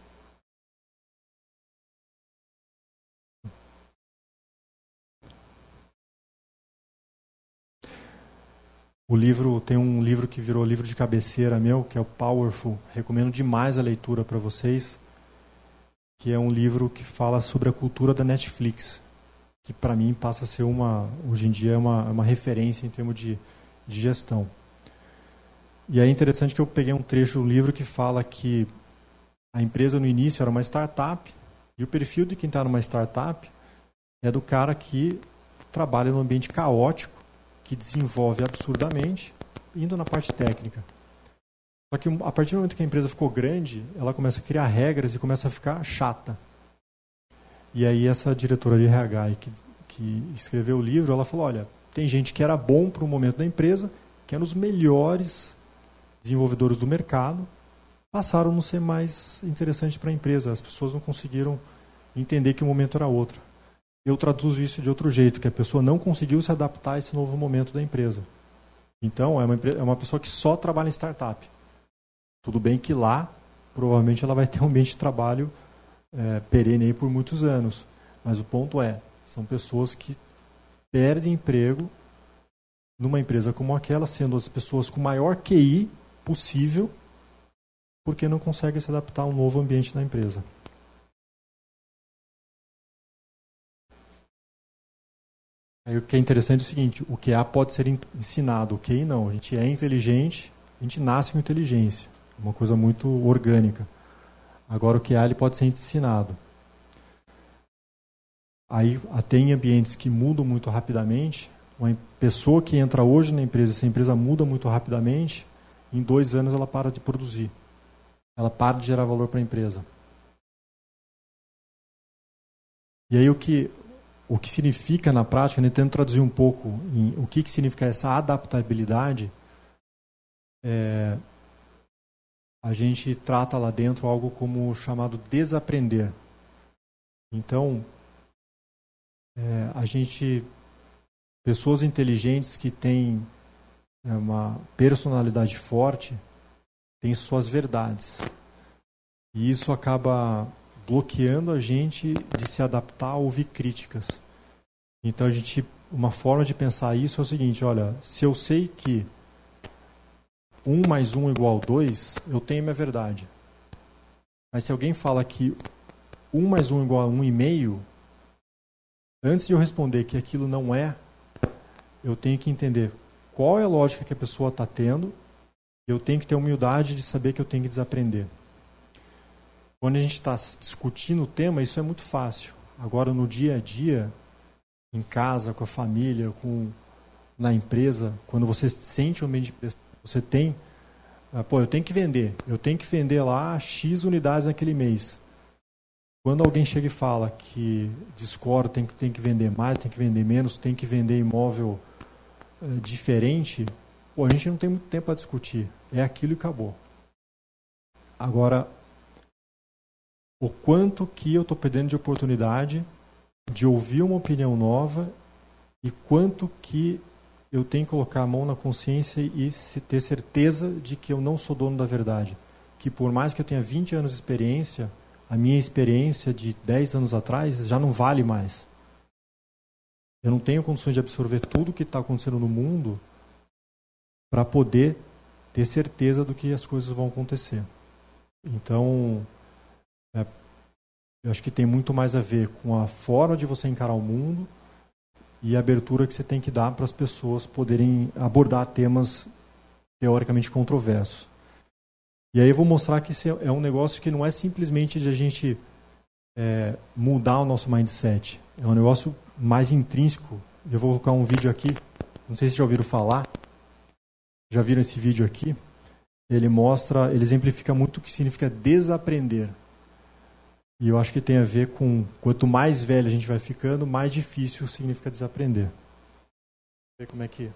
Tem um livro que virou livro de cabeceira meu, que é o Powerful. Recomendo demais a leitura para vocês, que é um livro que fala sobre a cultura da Netflix, que para mim passa a ser hoje em dia é uma referência em termos de gestão. E é interessante que eu peguei um trecho do livro que fala que a empresa no início era uma startup, e o perfil de quem está numa startup é do cara que trabalha num ambiente caótico, que desenvolve absurdamente, indo na parte técnica. Só que a partir do momento que a empresa ficou grande, ela começa a criar regras e começa a ficar chata. E aí essa diretora de RH que escreveu o livro, ela falou, olha, tem gente que era bom para o momento da empresa, que eram os melhores desenvolvedores do mercado, passaram a não ser mais interessantes para a empresa. As pessoas não conseguiram entender que o momento era outro. Eu traduzo isso de outro jeito, que a pessoa não conseguiu se adaptar a esse novo momento da empresa. Então, é uma pessoa que só trabalha em startup. Tudo bem que lá, provavelmente, ela vai ter um ambiente de trabalho perene aí por muitos anos. Mas o ponto são pessoas que perdem emprego numa empresa como aquela, sendo as pessoas com maior QI possível, porque não conseguem se adaptar a um novo ambiente na empresa. Aí o que é interessante é o seguinte, o QA pode ser ensinado, o QI não. A gente é inteligente, a gente nasce com inteligência, é uma coisa muito orgânica. Agora o QA ele pode ser ensinado. Aí até em ambientes que mudam muito rapidamente, uma pessoa que entra hoje na empresa, se a empresa muda muito rapidamente, em 2 anos ela para de produzir. Ela para de gerar valor para a empresa. E aí o que significa na prática, né, tentando traduzir um pouco o que significa essa adaptabilidade, a gente trata lá dentro algo como chamado desaprender. Então, pessoas inteligentes que têm uma personalidade forte, têm suas verdades. E isso acaba bloqueando a gente de se adaptar a ouvir críticas. Então, uma forma de pensar isso é o seguinte, olha, se eu sei que 1 mais 1 igual 2, eu tenho minha verdade. Mas se alguém fala que 1 mais 1 igual a 1,5, antes de eu responder que aquilo não é, eu tenho que entender qual é a lógica que a pessoa está tendo, e eu tenho que ter humildade de saber que eu tenho que desaprender. Quando a gente está discutindo o tema, isso é muito fácil. Agora, no dia a dia, em casa, com a família, na empresa, quando você sente o ambiente de pressão, você tem, eu tenho que vender lá X unidades naquele mês. Quando alguém chega e fala que discorda, tem que vender mais, tem que vender menos, tem que vender imóvel diferente, a gente não tem muito tempo para discutir. É aquilo e acabou. Agora, o quanto que eu estou perdendo de oportunidade de ouvir uma opinião nova e quanto que eu tenho que colocar a mão na consciência e ter certeza de que eu não sou dono da verdade. Que por mais que eu tenha 20 anos de experiência, a minha experiência de 10 anos atrás já não vale mais. Eu não tenho condições de absorver tudo o que está acontecendo no mundo para poder ter certeza do que as coisas vão acontecer. Então, eu acho que tem muito mais a ver com a forma de você encarar o mundo e a abertura que você tem que dar para as pessoas poderem abordar temas teoricamente controversos. E aí eu vou mostrar que esse é um negócio que não é simplesmente de a gente mudar o nosso mindset. É um negócio mais intrínseco. Eu vou colocar um vídeo aqui, não sei se já ouviram falar. Já viram esse vídeo aqui? Ele exemplifica muito o que significa desaprender. E eu acho que tem a ver com quanto mais velho a gente vai ficando, mais difícil significa desaprender. Vamos ver como é que...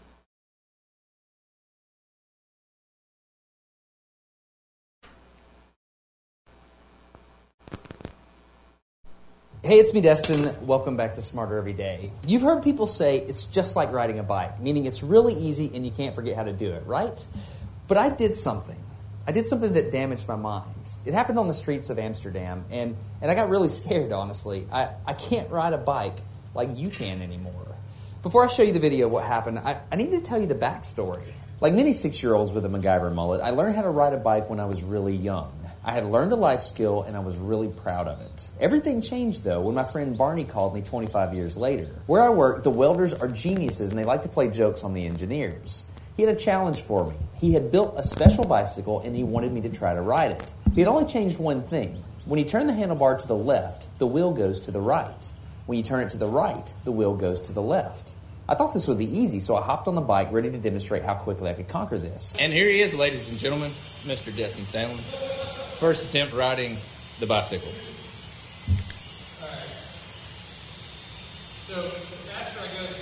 Hey, it's me, Destin. Welcome back to Smarter Every Day. You've heard people say it's just like riding a bike, meaning it's really easy and you can't forget how to do it, right? But I did something. I did something that damaged my mind. It happened on the streets of Amsterdam, and I got really scared, honestly. I can't ride a bike like you can anymore. Before I show you the video of what happened, I need to tell you the backstory. Like many 6-year-olds with a MacGyver mullet, I learned how to ride a bike when I was really young. I had learned a life skill, and I was really proud of it. Everything changed, though, when my friend Barney called me 25 years later. Where I work, the welders are geniuses, and they like to play jokes on the engineers. He had a challenge for me. He had built a special bicycle, and he wanted me to try to ride it. He had only changed one thing. When you turn the handlebar to the left, the wheel goes to the right. When you turn it to the right, the wheel goes to the left. I thought this would be easy, so I hopped on the bike, ready to demonstrate how quickly I could conquer this. And here he is, ladies and gentlemen, Mr. Destin Sandlin. First attempt riding the bicycle. All right. So the faster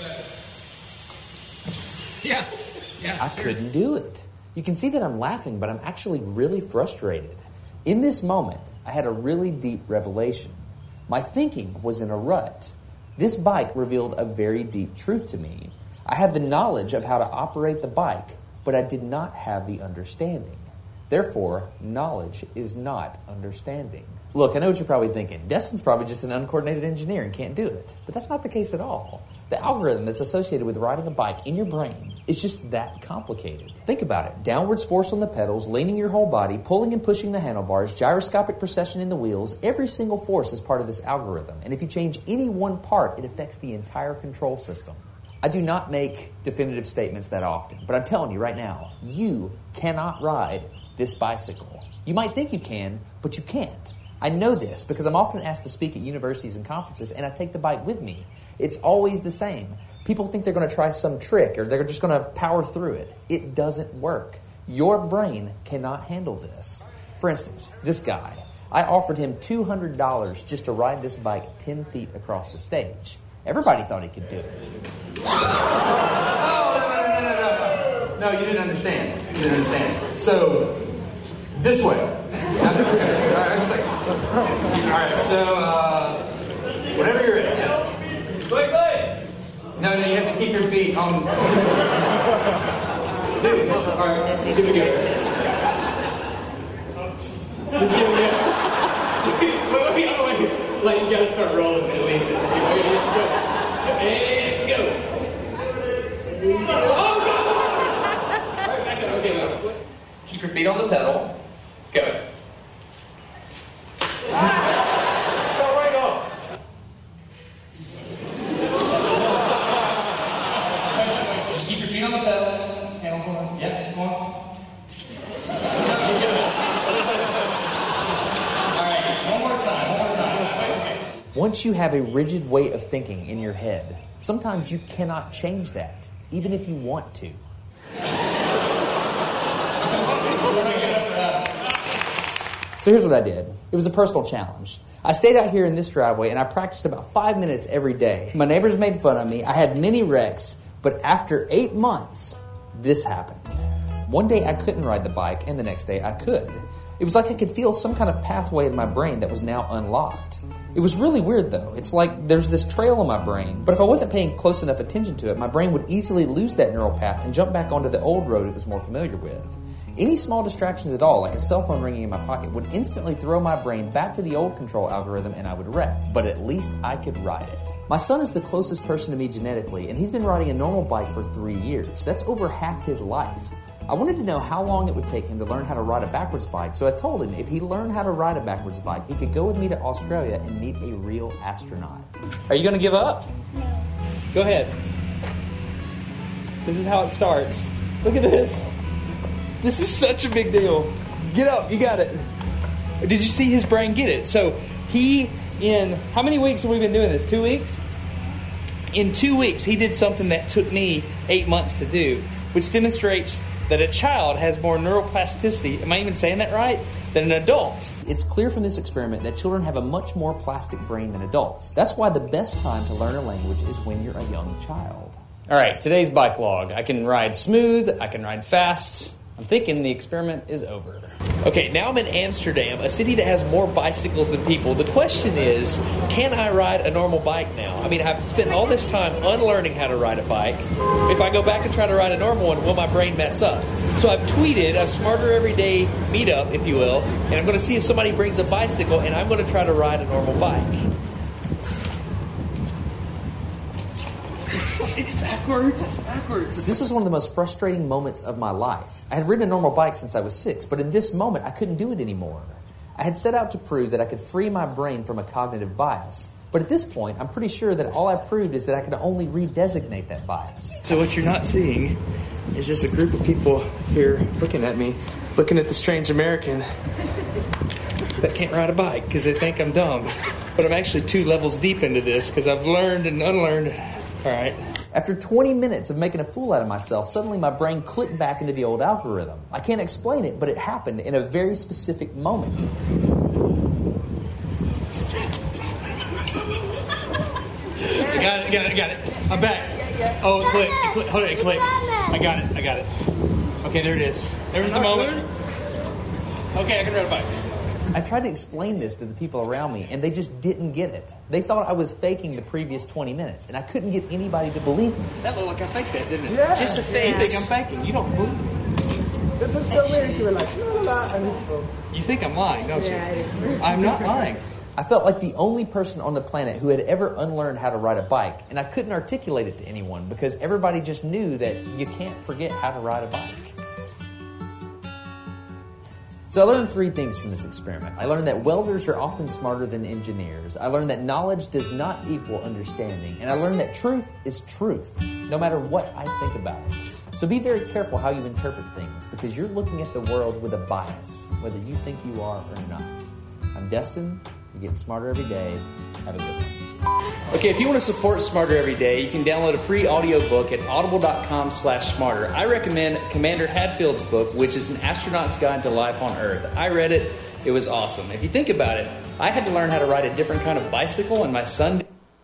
I go, the better. Yeah. I couldn't do it. You can see that I'm laughing, but I'm actually really frustrated. In this moment, I had a really deep revelation. My thinking was in a rut. This bike revealed a very deep truth to me. I had the knowledge of how to operate the bike, but I did not have the understanding. Therefore, knowledge is not understanding. Look, I know what you're probably thinking. Destin's probably just an uncoordinated engineer and can't do it. But that's not the case at all. The algorithm that's associated with riding a bike in your brain is just that complicated. Think about it. Downwards force on the pedals, leaning your whole body, pulling and pushing the handlebars, gyroscopic precession in the wheels. Every single force is part of this algorithm. And if you change any one part, it affects the entire control system. I do not make definitive statements that often, but I'm telling you right now, you cannot ride this bicycle. You might think you can, but you can't. I know this because I'm often asked to speak at universities and conferences, and I take the bike with me. It's always the same. People think they're going to try some trick or they're just going to power through it. It doesn't work. Your brain cannot handle this. For instance, this guy, I offered him $200 just to ride this bike 10 feet across the stage. Everybody thought he could do it. No, you didn't understand. You didn't understand. So, this way. Okay. All right, just a second. All right, so, whenever you're ready. Yeah. Wait. No, you have to keep your feet on. Dude, all right, give it a go. Just give it a go. Wait. Like, you gotta start rolling at least. And go. Oh, go! All right, back up. Okay, go. Keep your feet on the pedal. Go. Once you have a rigid way of thinking in your head, sometimes you cannot change that, even if you want to. So here's what I did. It was a personal challenge. I stayed out here in this driveway and I practiced about 5 minutes every day. My neighbors made fun of me. I had many wrecks, but after 8 months, this happened. One day I couldn't ride the bike and the next day I could. It was like I could feel some kind of pathway in my brain that was now unlocked. It was really weird, though. It's like there's this trail in my brain, but if I wasn't paying close enough attention to it, my brain would easily lose that neural path and jump back onto the old road it was more familiar with. Any small distractions at all, like a cell phone ringing in my pocket, would instantly throw my brain back to the old control algorithm and I would wreck. But at least I could ride it. My son is the closest person to me genetically, and he's been riding a normal bike for 3 years. That's over half his life. I wanted to know how long it would take him to learn how to ride a backwards bike, so I told him if he learned how to ride a backwards bike, he could go with me to Australia and meet a real astronaut. Are you going to give up? No. Go ahead. This is how it starts. Look at this. This is such a big deal. Get up. You got it. Did you see his brain get it? So in how many weeks have we been doing this? 2 weeks? In 2 weeks, he did something that took me 8 months to do, which demonstrates that a child has more neuroplasticity, am I even saying that right, than an adult. It's clear from this experiment that children have a much more plastic brain than adults. That's why the best time to learn a language is when you're a young child. All right, today's bike log. I can ride smooth, I can ride fast. I'm thinking the experiment is over. Okay, now I'm in Amsterdam, a city that has more bicycles than people. The question is, can I ride a normal bike now? I mean, I've spent all this time unlearning how to ride a bike. If I go back and try to ride a normal one, will my brain mess up? So I've tweeted a Smarter Everyday meetup, if you will, and I'm going to see if somebody brings a bicycle, and I'm going to try to ride a normal bike. It's backwards. This was one of the most frustrating moments of my life. I had ridden a normal bike since I was 6, but in this moment, I couldn't do it anymore. I had set out to prove that I could free my brain from a cognitive bias. But at this point, I'm pretty sure that all I proved is that I could only redesignate that bias. So what you're not seeing is just a group of people here looking at me, looking at the strange American that can't ride a bike because they think I'm dumb. But I'm actually 2 levels deep into this because I've learned and unlearned. All right. After 20 minutes of making a fool out of myself, suddenly my brain clicked back into the old algorithm. I can't explain it, but it happened in a very specific moment. I got it. I'm back. Oh, it clicked. Hold on, it clicked. I got it. Okay, there it is. There's the moment. Okay, I can ride a bike. I tried to explain this to the people around me, and they just didn't get it. They thought I was faking the previous 20 minutes, and I couldn't get anybody to believe me. That looked like I faked that, didn't it? Yeah. Just a fake. You think I'm faking. You don't believe me. It looks so weird. You were like, la la la, and he spoke. You think I'm lying, don't you? Yeah, I do. I'm not lying. I felt like the only person on the planet who had ever unlearned how to ride a bike, and I couldn't articulate it to anyone because everybody just knew that you can't forget how to ride a bike. So I learned 3 things from this experiment. I learned that welders are often smarter than engineers. I learned that knowledge does not equal understanding. And I learned that truth is truth, no matter what I think about it. So be very careful how you interpret things, because you're looking at the world with a bias, whether you think you are or not. I'm Destin. You're getting smarter every day. Have a good one. Okay, if you want to support Smarter Every Day, you can download a free audiobook at audible.com/smarter. I recommend Commander Hadfield's book, which is An Astronaut's Guide to Life on Earth. I read it. It was awesome. If you think about it, I had to learn how to ride a different kind of bicycle, and my son...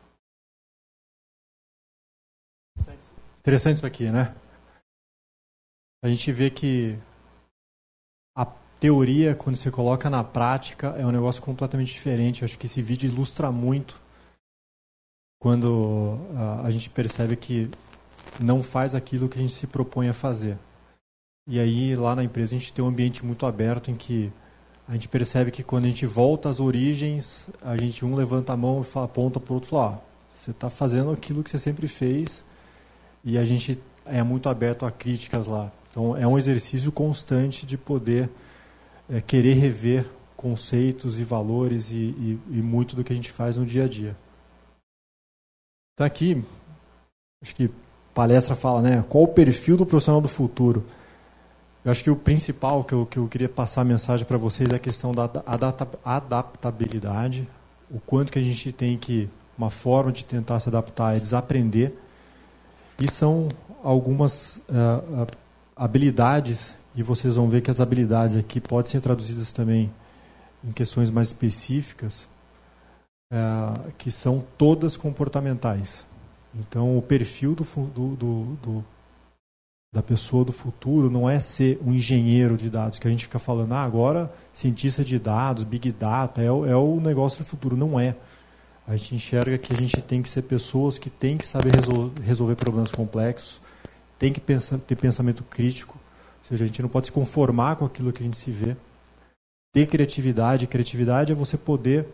Interessante isso aqui, né? A gente vê que a teoria, quando você coloca na prática, é um negócio completamente diferente. Eu acho que esse vídeo ilustra muito quando a gente percebe que não faz aquilo que a gente se propõe a fazer. E aí, lá na empresa, a gente tem um ambiente muito aberto em que a gente percebe que quando a gente volta às origens, a gente levanta a mão e aponta para o outro e fala, você está fazendo aquilo que você sempre fez, e a gente é muito aberto a críticas lá. Então, é um exercício constante de poder querer rever conceitos e valores e muito do que a gente faz no dia a dia. Então aqui, acho que a palestra fala, né, qual o perfil do profissional do futuro. Eu acho que o principal que eu queria passar a mensagem para vocês é a questão da adaptabilidade, o quanto que a gente tem que, uma forma de tentar se adaptar é desaprender, e são algumas habilidades, e vocês vão ver que as habilidades aqui podem ser traduzidas também em questões mais específicas, que são todas comportamentais. Então, o perfil da pessoa do futuro não é ser um engenheiro de dados, que a gente fica falando, agora cientista de dados, big data, é o negócio do futuro. Não é. A gente enxerga que a gente tem que ser pessoas que têm que saber resolver problemas complexos, tem que ter pensamento crítico, ou seja, a gente não pode se conformar com aquilo que a gente se vê. Ter criatividade. Criatividade é você poder...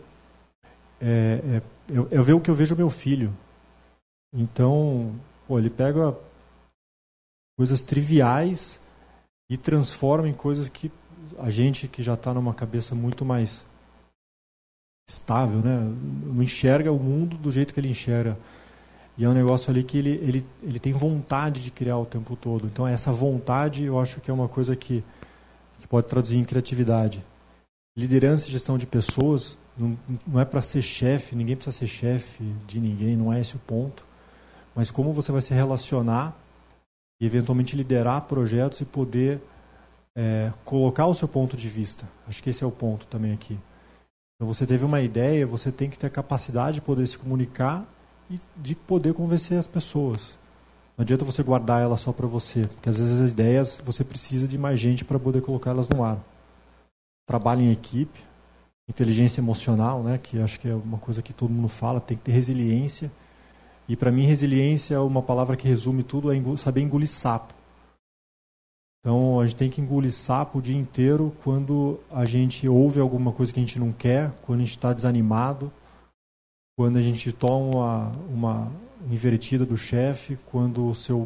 eu vejo o que eu vejo o meu filho. Então, ele pega coisas triviais e transforma em coisas que a gente que já está numa cabeça muito mais estável, né, não enxerga o mundo do jeito que ele enxerga. E é um negócio ali que ele tem vontade de criar o tempo todo. Então, essa vontade eu acho que é uma coisa que pode traduzir em criatividade. Liderança e gestão de pessoas não é para ser chefe, ninguém precisa ser chefe de ninguém, não é esse o ponto. Mas como você vai se relacionar e eventualmente liderar projetos e poder colocar o seu ponto de vista. Acho que esse é o ponto também aqui. Então, você teve uma ideia, você tem que ter a capacidade de poder se comunicar e de poder convencer as pessoas. Não adianta você guardar ela só para você, porque às vezes as ideias você precisa de mais gente para poder colocá-las no ar. Trabalho em equipe, inteligência emocional, né, que acho que é uma coisa que todo mundo fala, tem que ter resiliência. E para mim resiliência é uma palavra que resume tudo, é saber engolir sapo. Então a gente tem que engolir sapo o dia inteiro quando a gente ouve alguma coisa que a gente não quer, quando a gente está desanimado, quando a gente toma uma invertida do chefe, quando o seu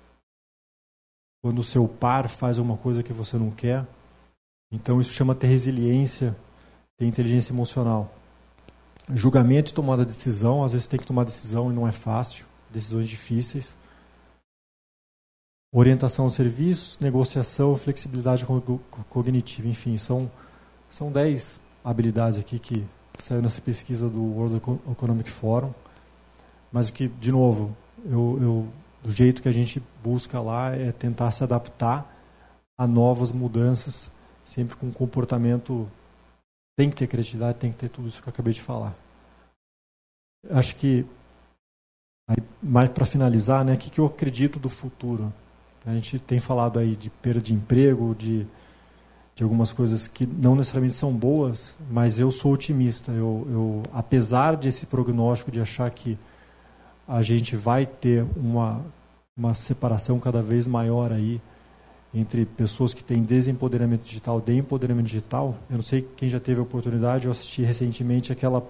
par faz uma coisa que você não quer. Então isso chama ter resiliência, ter inteligência emocional. Julgamento e tomada de decisão, às vezes tem que tomar decisão e não é fácil, decisões difíceis. Orientação aos serviços, negociação, flexibilidade cognitiva, enfim, são 10 habilidades aqui que saiu nessa pesquisa do World Economic Forum, mas que, de novo, do jeito que a gente busca lá é tentar se adaptar a novas mudanças, sempre com comportamento, tem que ter criatividade, tem que ter tudo isso que eu acabei de falar. Acho que, mais para finalizar, né, o que eu acredito do futuro? A gente tem falado aí de perda de emprego, de algumas coisas que não necessariamente são boas, mas eu sou otimista. Eu, apesar desse prognóstico de achar que a gente vai ter uma separação cada vez maior aí entre pessoas que têm desempoderamento digital, de empoderamento digital. Eu não sei quem já teve a oportunidade, eu assisti recentemente aquela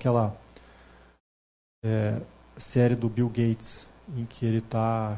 série do Bill Gates, em que ele está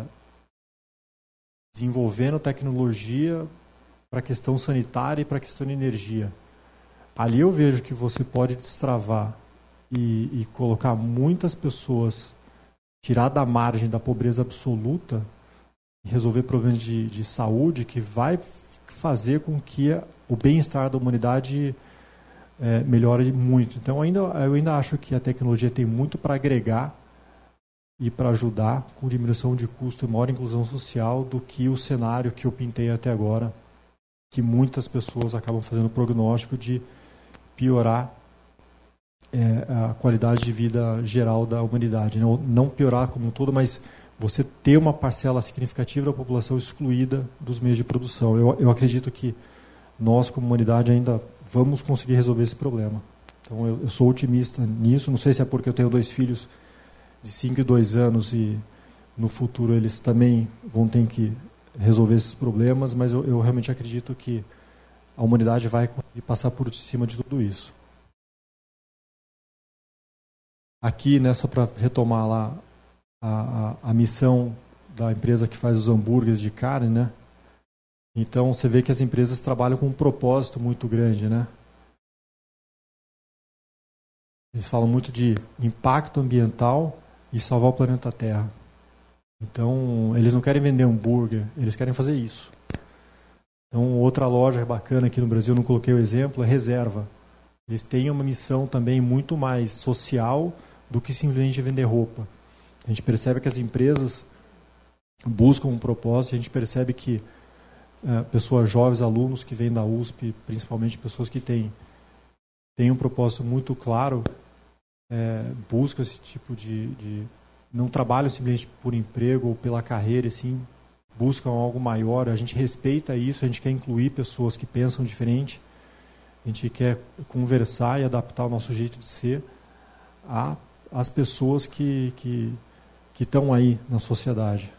desenvolvendo tecnologia para a questão sanitária e para a questão de energia. Ali eu vejo que você pode destravar e colocar muitas pessoas, tirar da margem da pobreza absoluta e resolver problemas de saúde, que vai fazer com que o bem-estar da humanidade melhore muito. Então eu ainda acho que a tecnologia tem muito para agregar e para ajudar com diminuição de custo e maior inclusão social do que o cenário que eu pintei até agora, que muitas pessoas acabam fazendo o prognóstico de piorar a qualidade de vida geral da humanidade. Não piorar como um todo, mas você ter uma parcela significativa da população excluída dos meios de produção. Eu acredito que nós, como humanidade, ainda vamos conseguir resolver esse problema. Então, eu sou otimista nisso. Não sei se é porque eu tenho 2 filhos de 5 e 2 anos e no futuro eles também vão ter que resolver esses problemas, mas eu realmente acredito que a humanidade vai conseguir passar por cima de tudo isso. Aqui, né, só para retomar lá a missão da empresa que faz os hambúrgueres de carne, né? Então, você vê que as empresas trabalham com um propósito muito grande, né? Eles falam muito de impacto ambiental e salvar o planeta Terra. Então, eles não querem vender hambúrguer, eles querem fazer isso. Então, outra loja bacana aqui no Brasil, não coloquei o exemplo, é Reserva. Eles têm uma missão também muito mais social do que simplesmente vender roupa. A gente percebe que as empresas buscam um propósito, a gente percebe que pessoas jovens, alunos que vêm da USP, principalmente pessoas que têm um propósito muito claro, buscam esse tipo de não trabalham simplesmente por emprego ou pela carreira, assim, buscam algo maior. A gente respeita isso, a gente quer incluir pessoas que pensam diferente, a gente quer conversar e adaptar o nosso jeito de ser às pessoas que estão aí na sociedade.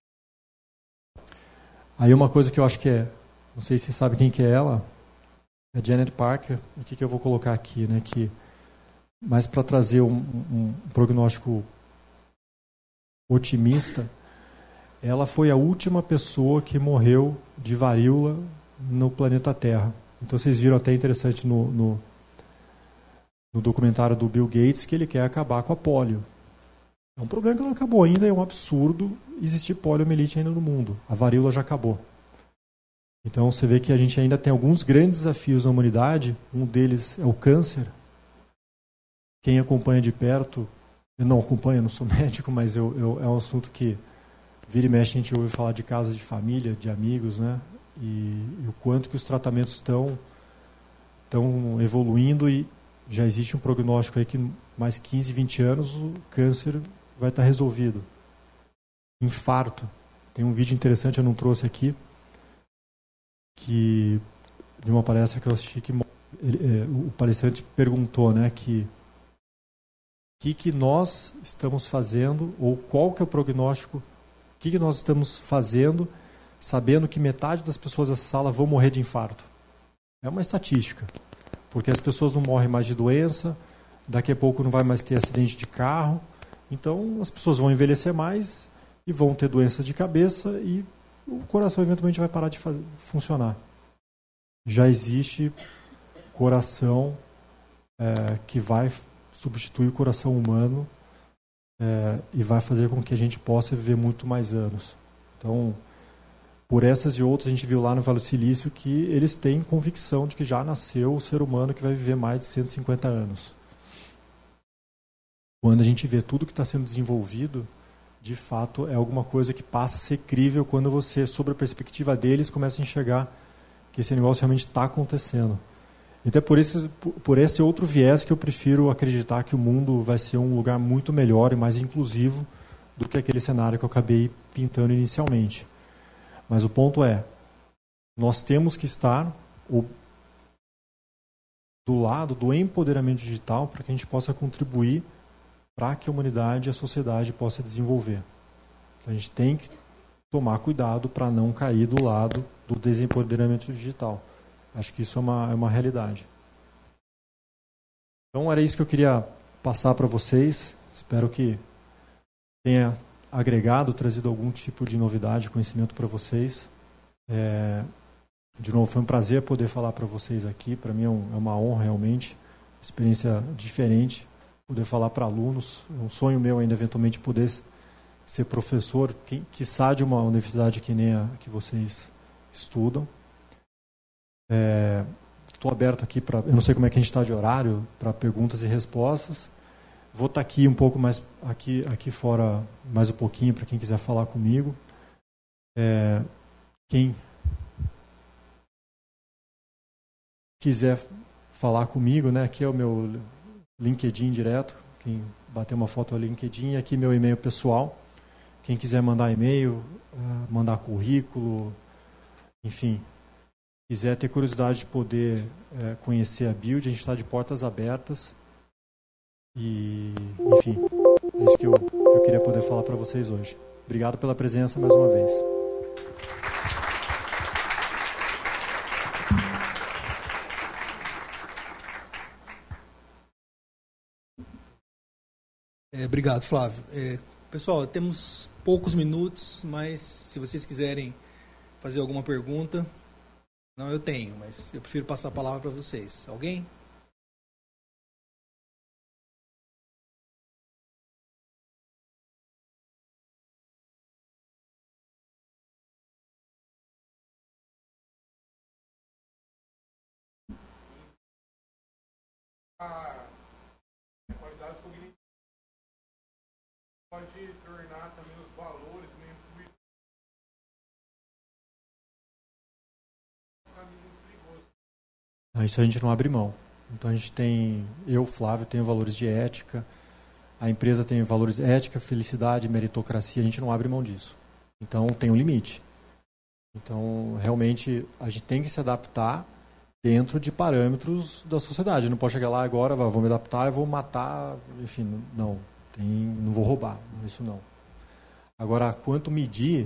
Aí uma coisa que eu acho que não sei se você sabe quem que é ela, é Janet Parker. O que eu vou colocar aqui, né? Mas para trazer um prognóstico otimista, ela foi a última pessoa que morreu de varíola no planeta Terra. Então vocês viram até interessante no documentário do Bill Gates que ele quer acabar com a polio. É um problema que não acabou ainda, é um absurdo existir poliomielite ainda no mundo. A varíola já acabou. Então você vê que a gente ainda tem alguns grandes desafios na humanidade, um deles é o câncer. Quem acompanha de perto, eu não acompanho, não sou médico, mas é um assunto que vira e mexe a gente ouve falar de casos de família, de amigos, né? E o quanto que os tratamentos estão evoluindo e já existe um prognóstico aí que mais 15, 20 anos o câncer vai estar resolvido. Infarto. Tem um vídeo interessante, eu não trouxe aqui, de uma palestra que eu assisti, que o palestrante perguntou, né, que nós estamos fazendo, ou qual que é o prognóstico, o que nós estamos fazendo, sabendo que metade das pessoas dessa sala vão morrer de infarto. É uma estatística, porque as pessoas não morrem mais de doença, daqui a pouco não vai mais ter acidente de carro, então as pessoas vão envelhecer mais e vão ter doenças de cabeça e o coração eventualmente vai parar de funcionar. Já existe coração que vai substituir o coração humano e vai fazer com que a gente possa viver muito mais anos. Então, por essas e outras, a gente viu lá no Vale do Silício que eles têm convicção de que já nasceu o ser humano que vai viver mais de 150 anos. Quando a gente vê tudo que está sendo desenvolvido, de fato, é alguma coisa que passa a ser crível quando você, sob a perspectiva deles, começa a enxergar que esse negócio realmente está acontecendo. Então é por esse outro viés que eu prefiro acreditar que o mundo vai ser um lugar muito melhor e mais inclusivo do que aquele cenário que eu acabei pintando inicialmente. Mas o ponto é, nós temos que estar do lado do empoderamento digital para que a gente possa contribuir para que a humanidade e a sociedade possa desenvolver. Então, a gente tem que tomar cuidado para não cair do lado do desempoderamento digital. Acho que isso é uma realidade. Então, era isso que eu queria passar para vocês. Espero que tenha agregado, trazido algum tipo de novidade, conhecimento para vocês. De novo, foi um prazer poder falar para vocês aqui. Para mim é uma honra, realmente. Experiência diferente. Poder falar para alunos. É um sonho meu ainda, eventualmente, poder ser professor, quiçá de uma universidade que nem a que vocês estudam. Estou aberto aqui para... Eu não sei como é que a gente está de horário, para perguntas e respostas. Vou estar aqui um pouco mais... Aqui fora mais um pouquinho, para quem quiser falar comigo. Quem quiser falar comigo, né? Aqui é o meu LinkedIn direto. Quem bater uma foto é o LinkedIn. E aqui meu e-mail pessoal. Quem quiser mandar e-mail, mandar currículo, enfim, quiser ter curiosidade de poder conhecer a Build, a gente está de portas abertas. E, enfim, é isso que eu queria poder falar para vocês hoje. Obrigado pela presença mais uma vez. Obrigado, Flávio. Pessoal, temos poucos minutos, mas se vocês quiserem fazer alguma pergunta... Não, eu tenho, mas eu prefiro passar a palavra para vocês. Alguém? Qualidades cognitivas pode tornar também os valores meio fluidos. Isso a gente não abre mão. Então a gente tem, eu, Flávio, tenho valores de ética, a empresa tem valores de ética, felicidade, meritocracia, a gente não abre mão disso. Então tem um limite. Então realmente a gente tem que se adaptar dentro de parâmetros da sociedade. Não pode chegar lá agora, vou me adaptar, eu vou matar, enfim, não vou roubar, isso não. Agora, quanto medir,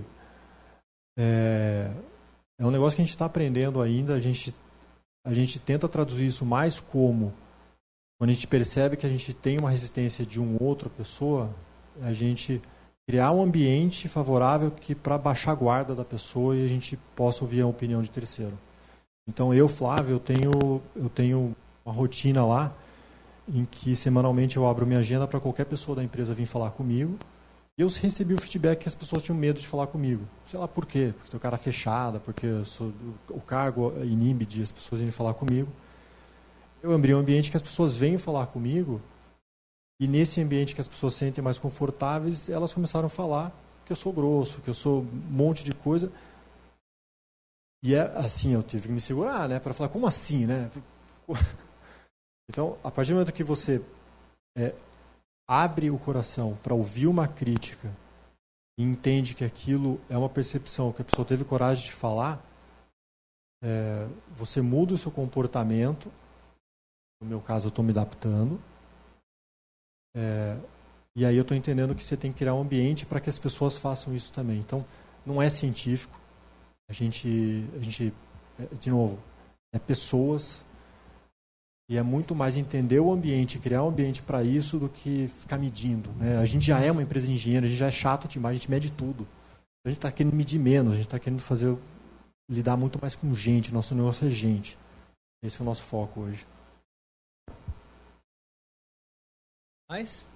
é um negócio que a gente está aprendendo ainda, a gente tenta traduzir isso mais como, quando a gente percebe que a gente tem uma resistência de outra pessoa, a gente criar um ambiente favorável para baixar a guarda da pessoa e a gente possa ouvir a opinião de terceiro. Então, eu, Flávio, eu tenho uma rotina lá em que semanalmente eu abro minha agenda para qualquer pessoa da empresa vir falar comigo. E eu recebi o feedback que as pessoas tinham medo de falar comigo. Sei lá por quê, porque tenho cara fechada, porque o cargo inibe de as pessoas irem falar comigo. Eu abri um ambiente que as pessoas venham falar comigo e nesse ambiente que as pessoas se sentem mais confortáveis, elas começaram a falar que eu sou grosso, que eu sou um monte de coisa. E assim, eu tive que me segurar, né, para falar, como assim, né? Então, a partir do momento que você abre o coração para ouvir uma crítica e entende que aquilo é uma percepção, que a pessoa teve coragem de falar, você muda o seu comportamento. No meu caso, eu estou me adaptando. E aí eu estou entendendo que você tem que criar um ambiente para que as pessoas façam isso também. Então, não é científico. A gente de novo, é pessoas e é muito mais entender o ambiente, criar um ambiente para isso do que ficar medindo, né? A gente já é uma empresa de engenheiro, a gente já é chato demais, a gente mede tudo. A gente está querendo medir menos, a gente está querendo lidar muito mais com gente, nosso negócio é gente. Esse é o nosso foco hoje. Mais?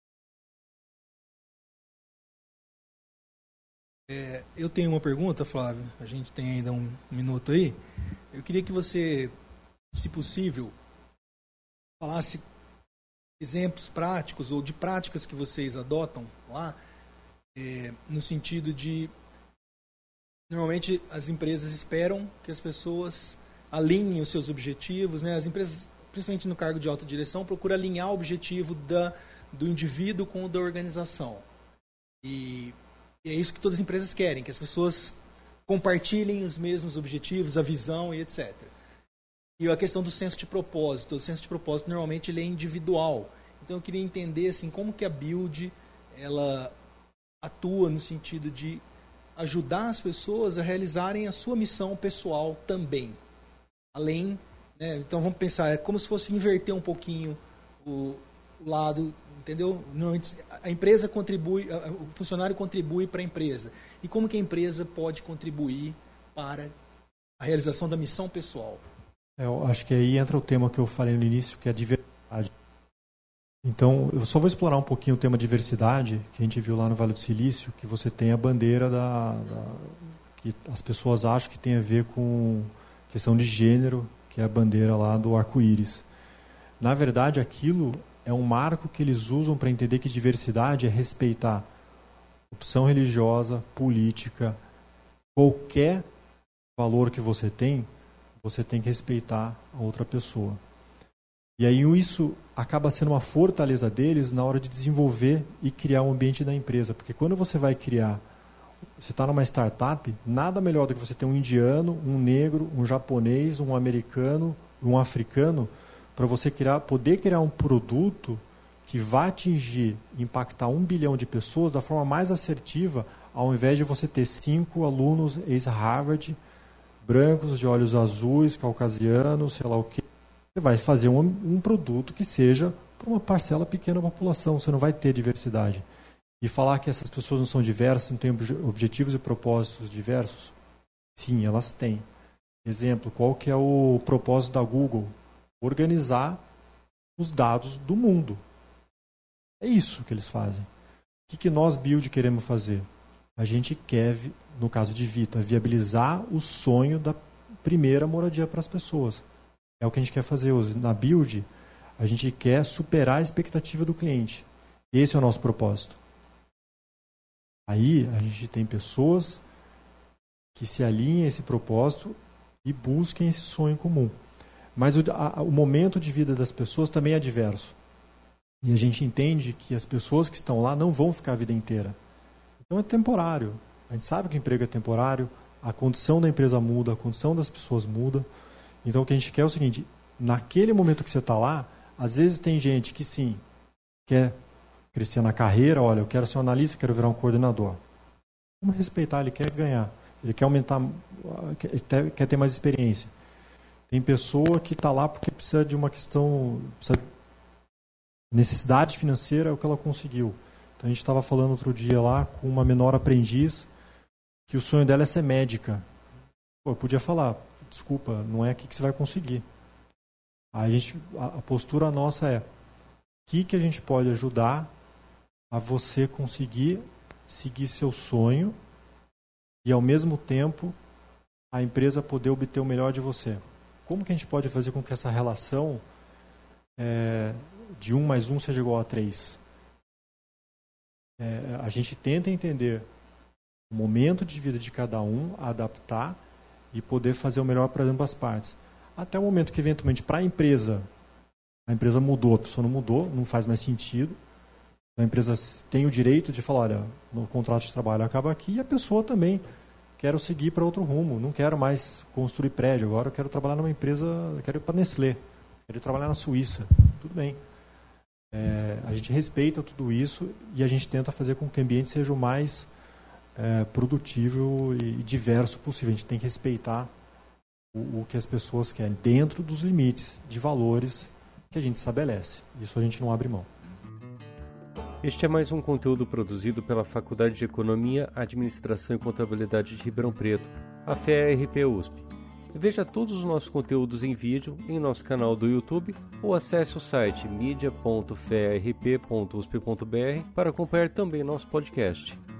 Eu tenho uma pergunta, Flávio. A gente tem ainda um minuto aí. Eu queria que você, se possível, falasse exemplos práticos ou de práticas que vocês adotam lá, no sentido de, normalmente as empresas esperam que as pessoas alinhem os seus objetivos, né? As empresas, principalmente no cargo de alta direção, procuram alinhar o objetivo do indivíduo com o da organização. E é isso que todas as empresas querem, que as pessoas compartilhem os mesmos objetivos, a visão e etc. E a questão do senso de propósito. O senso de propósito, normalmente, ele é individual. Então, eu queria entender assim, como que a Build ela atua no sentido de ajudar as pessoas a realizarem a sua missão pessoal também. Além, né? Então vamos pensar, é como se fosse inverter um pouquinho o lado, entendeu? A empresa contribui, o funcionário contribui para a empresa. E como que a empresa pode contribuir para a realização da missão pessoal? Eu acho que aí entra o tema que eu falei no início, que é a diversidade. Então, eu só vou explorar um pouquinho o tema diversidade, que a gente viu lá no Vale do Silício, que você tem a bandeira que as pessoas acham que tem a ver com questão de gênero, que é a bandeira lá do arco-íris. Na verdade, aquilo é um marco que eles usam para entender que diversidade é respeitar opção religiosa, política, qualquer valor que você tem que respeitar a outra pessoa. E aí isso acaba sendo uma fortaleza deles na hora de desenvolver e criar um ambiente da empresa. Porque quando você vai criar, você está numa startup, nada melhor do que você ter um indiano, um negro, um japonês, um americano, um africano, para você poder criar um produto que vai atingir, impactar 1 bilhão de pessoas da forma mais assertiva, ao invés de você ter 5 alunos ex-Harvard, brancos, de olhos azuis, caucasianos, sei lá o quê. Você vai fazer um produto que seja para uma parcela pequena da população. Você não vai ter diversidade. E falar que essas pessoas não são diversas, não têm objetivos e propósitos diversos? Sim, elas têm. Exemplo, qual que é o propósito da Google? Organizar os dados do mundo. É isso que eles fazem. O que nós, Build, queremos fazer? A gente quer, no caso de Vita, viabilizar o sonho da primeira moradia para as pessoas. É o que a gente quer fazer hoje. Na Build, a gente quer superar a expectativa do cliente. Esse é o nosso propósito. Aí, a gente tem pessoas que se alinhem a esse propósito e busquem esse sonho comum. Mas o momento de vida das pessoas também é diverso. E a gente entende que as pessoas que estão lá não vão ficar a vida inteira. Então é temporário. A gente sabe que o emprego é temporário, a condição da empresa muda, a condição das pessoas muda. Então o que a gente quer é o seguinte, naquele momento que você está lá, às vezes tem gente que sim, quer crescer na carreira, olha, eu quero ser um analista, quero virar um coordenador. Vamos respeitar, ele quer ganhar, ele quer aumentar, quer ter mais experiência. Tem pessoa que está lá porque precisa de uma questão, necessidade financeira é o que ela conseguiu. Então a gente estava falando outro dia lá com uma menor aprendiz que o sonho dela é ser médica. Pô, eu podia falar, desculpa, não é aqui que você vai conseguir. A postura nossa é, o que a gente pode ajudar a você conseguir seguir seu sonho e, ao mesmo tempo, a empresa poder obter o melhor de você. Como que a gente pode fazer com que essa relação de 1 mais 1 seja igual a 3? A gente tenta entender o momento de vida de cada um, adaptar e poder fazer o melhor para ambas as partes. Até o momento que, eventualmente, para a empresa mudou, a pessoa não mudou, não faz mais sentido. A empresa tem o direito de falar, olha, no contrato de trabalho acaba aqui, e a pessoa também quero seguir para outro rumo, não quero mais construir prédio, agora eu quero trabalhar numa empresa, quero ir para a Nestlé, quero ir trabalhar na Suíça, tudo bem. A gente respeita tudo isso e a gente tenta fazer com que o ambiente seja o mais produtivo e diverso possível. A gente tem que respeitar o que as pessoas querem, dentro dos limites de valores que a gente estabelece. Isso a gente não abre mão. Este é mais um conteúdo produzido pela Faculdade de Economia, Administração e Contabilidade de Ribeirão Preto, a FEA-RP USP. Veja todos os nossos conteúdos em vídeo em nosso canal do YouTube ou acesse o site media.fearp.usp.br para acompanhar também nosso podcast.